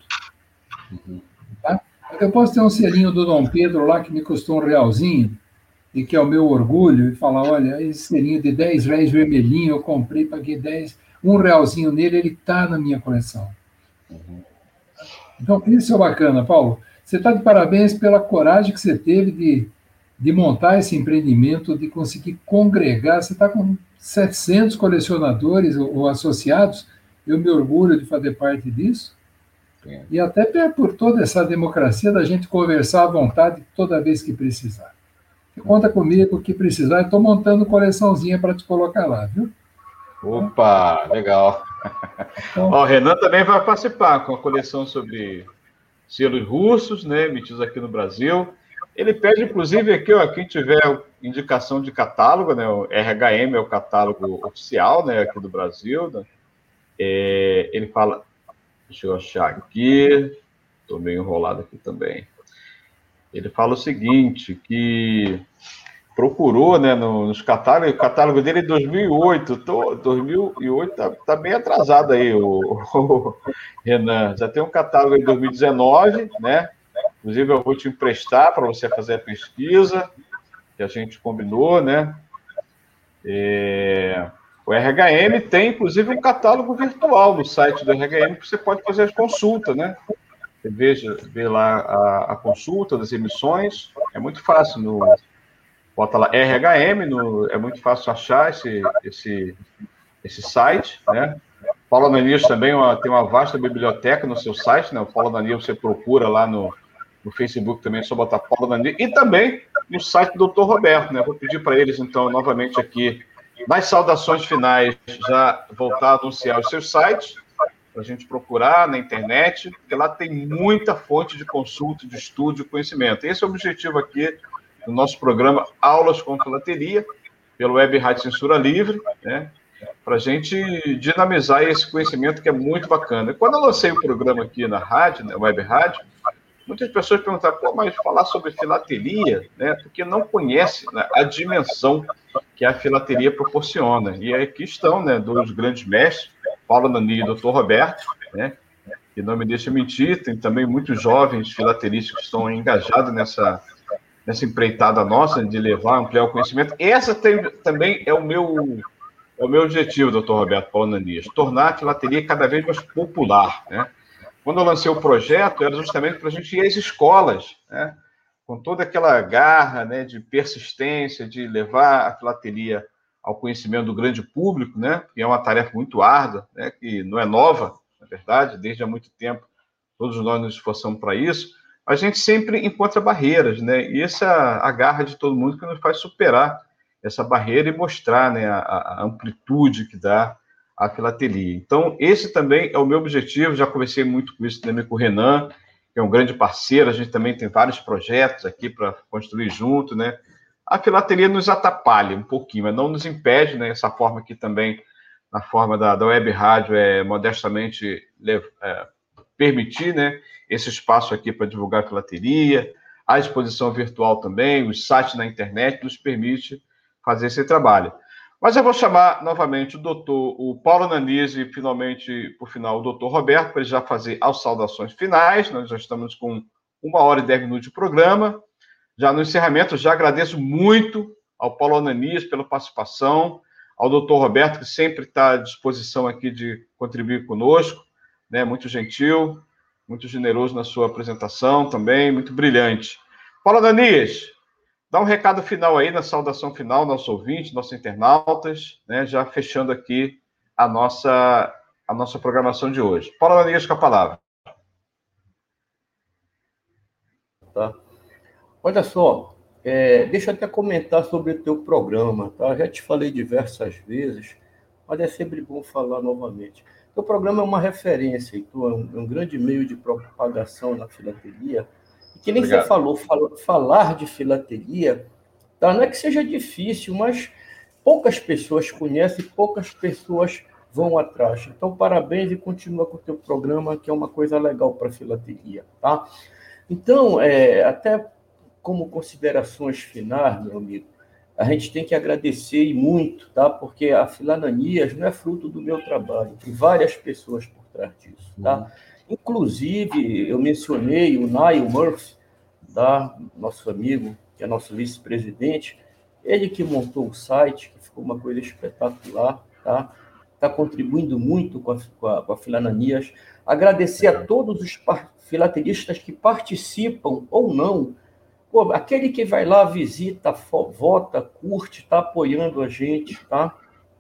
Tá? Eu posso ter um selinho do Dom Pedro lá que me custou um realzinho, e que é o meu orgulho, e falar, olha, esse selinho de dez réis vermelhinho, eu comprei, paguei dez, um realzinho nele, ele está na minha coleção. Uhum. Então, isso é bacana, Paulo. Você está de parabéns pela coragem que você teve de, de montar esse empreendimento, de conseguir congregar. Você está com setecentos colecionadores ou, ou associados, eu me orgulho de fazer parte disso. É. E até por toda essa democracia da gente conversar à vontade toda vez que precisar. Conta comigo que precisar, estou montando coleçãozinha para te colocar lá, viu? Opa, legal. Então, ó, o Renan também vai participar com a coleção sobre selos russos, né, emitidos aqui no Brasil. Ele pede, inclusive, aqui, ó, quem tiver indicação de catálogo, né, o R H M é o catálogo oficial, né, aqui do Brasil, né, é, ele fala, deixa eu achar aqui, estou meio enrolado aqui também. Ele fala o seguinte, que procurou, né, nos catálogos, o catálogo dele é dois mil e oito, tô, dois mil e oito tá, tá bem atrasado aí, o, o Renan, já tem um catálogo de dois mil e dezenove, né, inclusive eu vou te emprestar para você fazer a pesquisa, que a gente combinou, né, é, o R H M tem, inclusive, um catálogo virtual no site do R H M, que você pode fazer as consultas, né, você veja, vê lá a, a consulta das emissões, é muito fácil, no, bota lá R H M, no, é muito fácil achar esse, esse, esse site, né? Paulo Ananias também uma, tem uma vasta biblioteca no seu site, né? O Paulo Ananias você procura lá no, no Facebook também, é só botar Paulo Ananias, e também no site do doutor Roberto, né? Vou pedir para eles, então, novamente aqui, nas saudações finais, já voltar a anunciar os seus sites, para a gente procurar na internet, porque lá tem muita fonte de consulta, de estudo, de conhecimento. Esse é o objetivo aqui do nosso programa Aulas com Filateria, pelo Web Rádio Censura Livre, né, para a gente dinamizar esse conhecimento que é muito bacana. Quando eu lancei o programa aqui na rádio, na Web Rádio, muitas pessoas perguntaram, pô, mas falar sobre filateria, né, porque não conhece, né, a dimensão que a filateria proporciona. E aqui estão, né, dois grandes mestres, Paulo Ananias e doutor Roberto, né, que não me deixa mentir, tem também muitos jovens filateristas que estão engajados nessa, nessa empreitada nossa de levar, ampliar o conhecimento. Essa tem, também é o meu, é o meu objetivo, doutor Roberto Paulo Ananias, tornar a filateria cada vez mais popular, né? Quando eu lancei o projeto, era justamente para a gente ir às escolas, né, com toda aquela garra, né, de persistência, de levar a filateria ao conhecimento do grande público, né, que é uma tarefa muito árdua, né, que não é nova, na verdade, desde há muito tempo, todos nós nos esforçamos para isso, a gente sempre encontra barreiras, né, e essa é a garra de todo mundo que nos faz superar essa barreira e mostrar, né, a, a amplitude que dá a filateria. Então, esse também é o meu objetivo, já conversei muito com isso também com o Renan, que é um grande parceiro, a gente também tem vários projetos aqui para construir junto, né? A filateria nos atrapalha um pouquinho, mas não nos impede, né? Essa forma aqui também, na forma da, da web rádio, é modestamente é, permitir, né, esse espaço aqui para divulgar a filateria, a exposição virtual também, os sites na internet nos permite fazer esse trabalho. Mas eu vou chamar novamente o doutor, o Paulo Ananias e, finalmente, por final, o doutor Roberto, para ele já fazer as saudações finais. Nós já estamos com uma hora e dez minutos de programa. Já no encerramento, já agradeço muito ao Paulo Ananias pela participação, ao doutor Roberto, que sempre está à disposição aqui de contribuir conosco, né? Muito gentil, muito generoso na sua apresentação também, muito brilhante. Paulo Ananias, Dá um recado final aí, na saudação final, nosso ouvinte, nossos internautas, né, já fechando aqui a nossa, a nossa programação de hoje. Paulo Ananias com a palavra. Tá. Olha só, é, deixa eu até comentar sobre o teu programa, tá? Já te falei diversas vezes, mas é sempre bom falar novamente. O programa é uma referência, então é um, é um grande meio de propagação na filatelia. E que nem Obrigado. Você falou, fal, falar de filatelia, tá? Não é que seja difícil, mas poucas pessoas conhecem, poucas pessoas vão atrás. Então, parabéns e continua com o teu programa, que é uma coisa legal para a filatelia, tá? Então, é, até como considerações finais, meu amigo, a gente tem que agradecer e muito, tá? Porque a Filananias não é fruto do meu trabalho, tem várias pessoas por trás disso, tá? Uhum. Inclusive, eu mencionei o Niall Murphy, tá? Nosso amigo, que é nosso vice-presidente, ele que montou o site, que ficou uma coisa espetacular, tá? Está contribuindo muito com a, com a, com a Filananias. Agradecer a todos os filatelistas que participam ou não. Pô, aquele que vai lá, visita, vota, curte, está apoiando a gente, tá?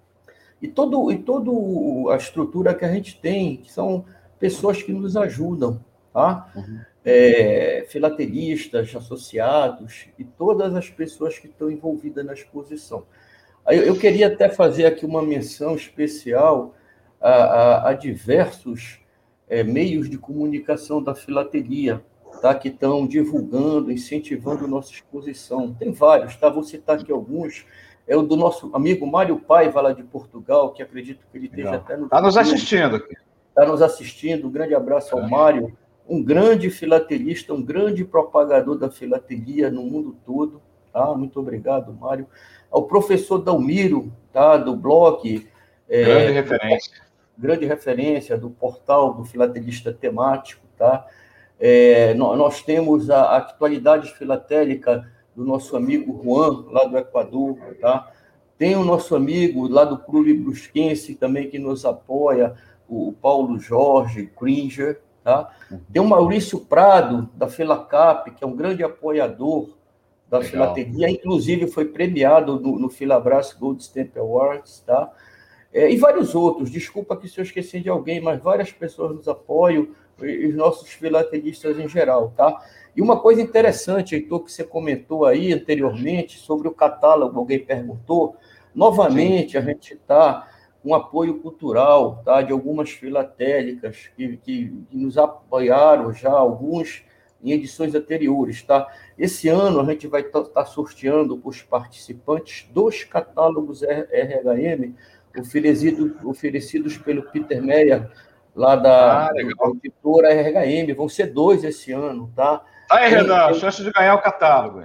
E todo e todo a estrutura que a gente tem, que são pessoas que nos ajudam, tá? Uhum. É, filatelistas, associados e todas as pessoas que estão envolvidas na exposição. Eu, eu queria até fazer aqui uma menção especial a, a, a diversos é, meios de comunicação da filatelia, tá, que estão divulgando, incentivando nossa exposição. Tem vários, tá? Vou citar aqui alguns. É o do nosso amigo Mário Paiva, lá de Portugal, que acredito que ele esteja Legal. Até no... Está nos assistindo aqui. Está nos assistindo. Um grande abraço ao é. Mário, um grande filatelista, um grande propagador da filatelia no mundo todo. Tá? Muito obrigado, Mário. Ao professor Dalmiro, tá? Do blog... Grande é, referência. Do, grande referência do portal do filatelista temático, tá? É, nós temos a, a atualidade filatélica do nosso amigo Juan, lá do Equador, tá? Tem o nosso amigo lá do Clube Brusquense também que nos apoia, o Paulo Jorge Cringer, tá? Tem o Maurício Prado, da Filacap, que é um grande apoiador da Legal. Filatelia, inclusive foi premiado no, no Filabras Gold Stamp Awards, tá? É, e vários outros, desculpa que se eu esqueci de alguém, mas várias pessoas nos apoiam, e os nossos filatelistas em geral, tá? E uma coisa interessante, Heitor, que você comentou aí anteriormente, sobre o catálogo, alguém perguntou, novamente Sim. a gente está com apoio cultural, tá? De algumas filatélicas que, que, que nos apoiaram já, alguns em edições anteriores, tá? Esse ano a gente vai estar tá, tá sorteando para os participantes dois catálogos R H M, oferecido, oferecidos pelo Peter Meyer, lá da, ah, da editora R H M, vão ser dois esse ano, tá? Aí, Renan, tem... chance de ganhar o catálogo.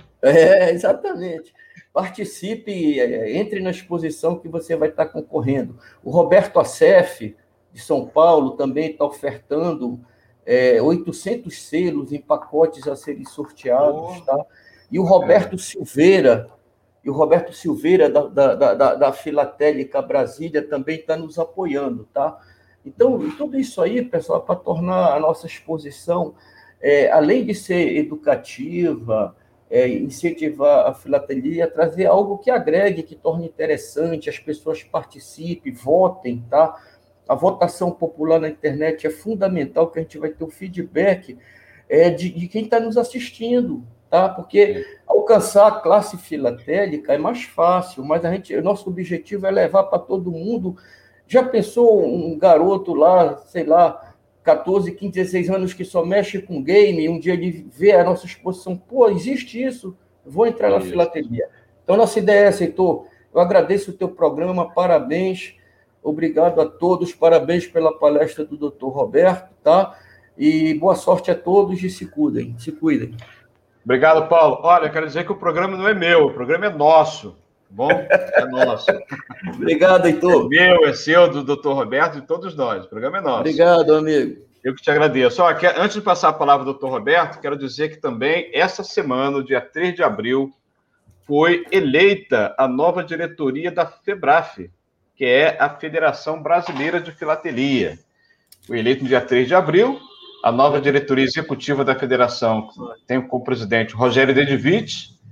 É, exatamente. Participe, entre na exposição que você vai estar concorrendo. O Roberto Acef, de São Paulo, também está ofertando é, oitocentos selos em pacotes a serem sorteados, oh. tá? E o Roberto é. Silveira, e o Roberto Silveira, da, da, da, da Filatélica Brasília, também está nos apoiando, tá? Então, tudo isso aí, pessoal, para tornar a nossa exposição, é, além de ser educativa, é, incentivar a filatelia, trazer algo que agregue, que torne interessante, as pessoas participem, votem, tá? A votação popular na internet é fundamental, que a gente vai ter o feedback é, de, de quem está nos assistindo, tá? Porque alcançar a classe filatélica é mais fácil, mas a gente, o nosso objetivo é levar para todo mundo. Já pensou um garoto lá, sei lá, catorze, quinze, dezesseis anos que só mexe com game, e um dia ele vê a nossa exposição, pô, existe isso, vou entrar na filatelia. Então, nossa ideia é essa, Heitor. Eu agradeço o teu programa, parabéns, obrigado a todos, parabéns pela palestra do doutor Roberto, tá? E boa sorte a todos e se cuidem, se cuidem. Obrigado, Paulo. Olha, eu quero dizer que o programa não é meu, o programa é nosso. Bom, é nosso. Obrigado, Heitor. É meu, é seu, do doutor Roberto e todos nós. O programa é nosso. Obrigado, amigo. Eu que te agradeço. Ó, que, antes de passar a palavra ao doutor Roberto, quero dizer que também, essa semana, dia três de abril, foi eleita a nova diretoria da FEBRAF, que é a Federação Brasileira de Filatelia. Foi eleito no dia três de abril, a nova diretoria executiva da federação tem como presidente Rogério Dedivich,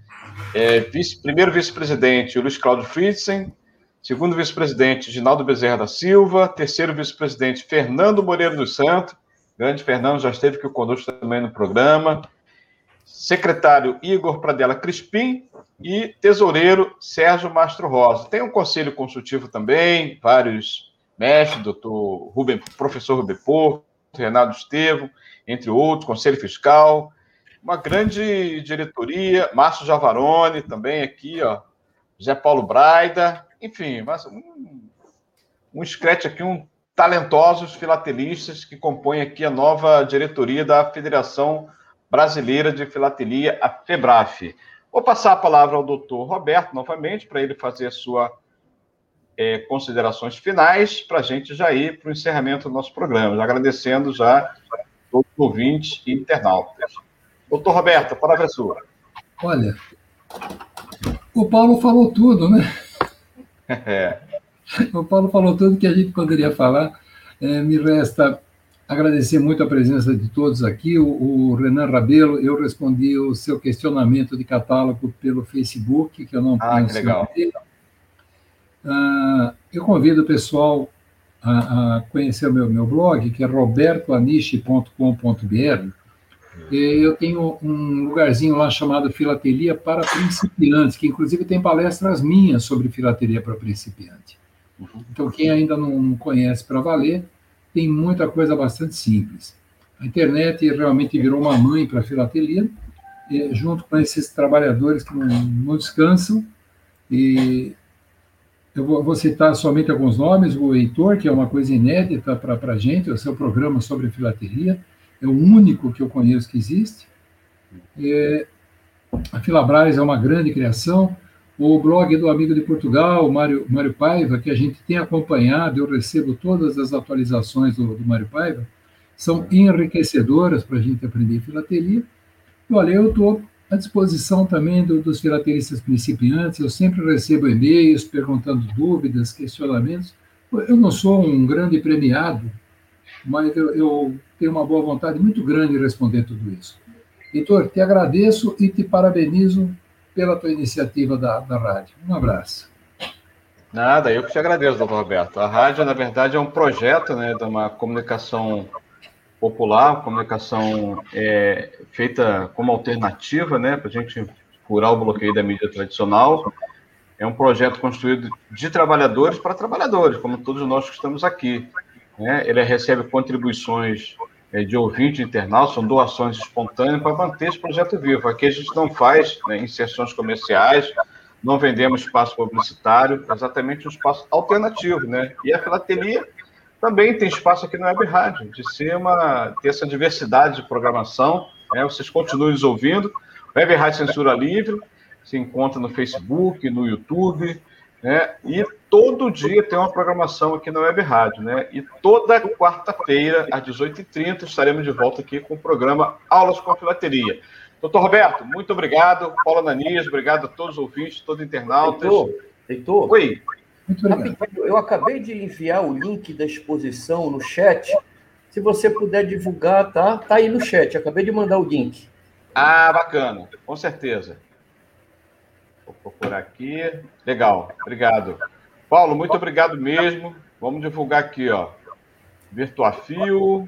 é, vice, primeiro vice-presidente, Luiz Cláudio Fritzen. Segundo vice-presidente, Ginaldo Bezerra da Silva. Terceiro vice-presidente, Fernando Moreira dos Santos. Grande Fernando, já esteve aqui conosco também no programa. Secretário, Igor Pradella Crispim. E tesoureiro, Sérgio Mastro Rosa. Tem um conselho consultivo também, vários mestres, doutor Rubem, professor Rubem Porto, Renato Estevam, entre outros, conselho fiscal, uma grande diretoria, Márcio Javarone também aqui, ó, José Paulo Braida, enfim, mas um, um escrete aqui, um talentosos filatelistas que compõem aqui a nova diretoria da Federação Brasileira de Filatelia, a FEBRAF. Vou passar a palavra ao doutor Roberto, novamente, para ele fazer as suas é, considerações finais, para a gente já ir para o encerramento do nosso programa, já agradecendo já a todos os ouvintes e internautas. Doutor Roberto, a palavra é sua. Olha, o Paulo falou tudo, né? É. O Paulo falou tudo que a gente poderia falar. É, me resta agradecer muito a presença de todos aqui. O, o Renan Rabelo, eu respondi o seu questionamento de catálogo pelo Facebook, que eu não Ah, que legal. Uh, eu convido o pessoal a, a conhecer o meu, meu blog, que é roberto aniche ponto com ponto b r. Eu tenho um lugarzinho lá chamado Filatelia para Principiantes, que inclusive tem palestras minhas sobre filatelia para principiante. Então, quem ainda não conhece para valer, tem muita coisa bastante simples. A internet realmente virou uma mãe para a filatelia, junto com esses trabalhadores que não, não descansam. E eu vou, vou citar somente alguns nomes. O Heitor, que é uma coisa inédita para a gente, é o seu programa sobre filatelia, é o único que eu conheço que existe. É, a Filabras é uma grande criação. O blog do amigo de Portugal, o Mário, Mário Paiva, que a gente tem acompanhado, eu recebo todas as atualizações do, do Mário Paiva, são enriquecedoras para a gente aprender filatelia. E, olha, eu estou à disposição também do, dos filatelistas principiantes, eu sempre recebo e-mails perguntando dúvidas, questionamentos. Eu não sou um grande premiado, mas eu, eu tenho uma boa vontade muito grande de responder tudo isso. Heitor, te agradeço e te parabenizo pela tua iniciativa da, da rádio. Um abraço. Nada, eu que te agradeço, doutor Roberto. A rádio, na verdade, é um projeto, né, de uma comunicação popular, comunicação é, feita como alternativa, né, para a gente curar o bloqueio da mídia tradicional. É um projeto construído de trabalhadores para trabalhadores, como todos nós que estamos aqui. Né? Ele recebe contribuições de ouvinte internal, são doações espontâneas para manter esse projeto vivo. Aqui a gente não faz, né, inserções comerciais, não vendemos espaço publicitário, exatamente um espaço alternativo, né? E a filatelia também tem espaço aqui no Web Rádio, de ser uma, ter essa diversidade de programação, né? Vocês continuem nos ouvindo. Web Rádio Censura Livre se encontra no Facebook, no YouTube, né? E todo dia tem uma programação aqui na Web Rádio, né? E toda quarta-feira, às dezoito e trinta, estaremos de volta aqui com o programa Aulas com Filatelia. Doutor Roberto, muito obrigado. Paulo Ananias, obrigado a todos os ouvintes, todos os internautas. Heitor, Heitor, Oi. Muito obrigado. Eu acabei de enviar o link da exposição no chat. Se você puder divulgar, tá? Tá aí no chat. Acabei de mandar o link. Ah, bacana. Com certeza. Vou procurar aqui. Legal, obrigado. Paulo, muito obrigado mesmo. Vamos divulgar aqui, ó. Virtuafio.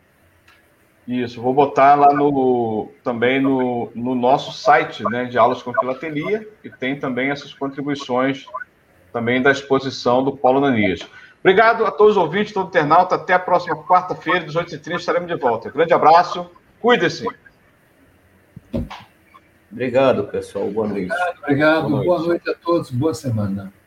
Isso, vou botar lá no, também no, no nosso site, né, de Aulas com Filatelia, e tem também essas contribuições também da exposição do Paulo Ananias. Obrigado a todos os ouvintes, todo internauta. Até a próxima quarta-feira, dezoito e trinta, estaremos de volta. Grande abraço. Cuide-se. Obrigado, pessoal. Boa noite. Obrigado, obrigado. Boa noite. Boa noite a todos. Boa semana.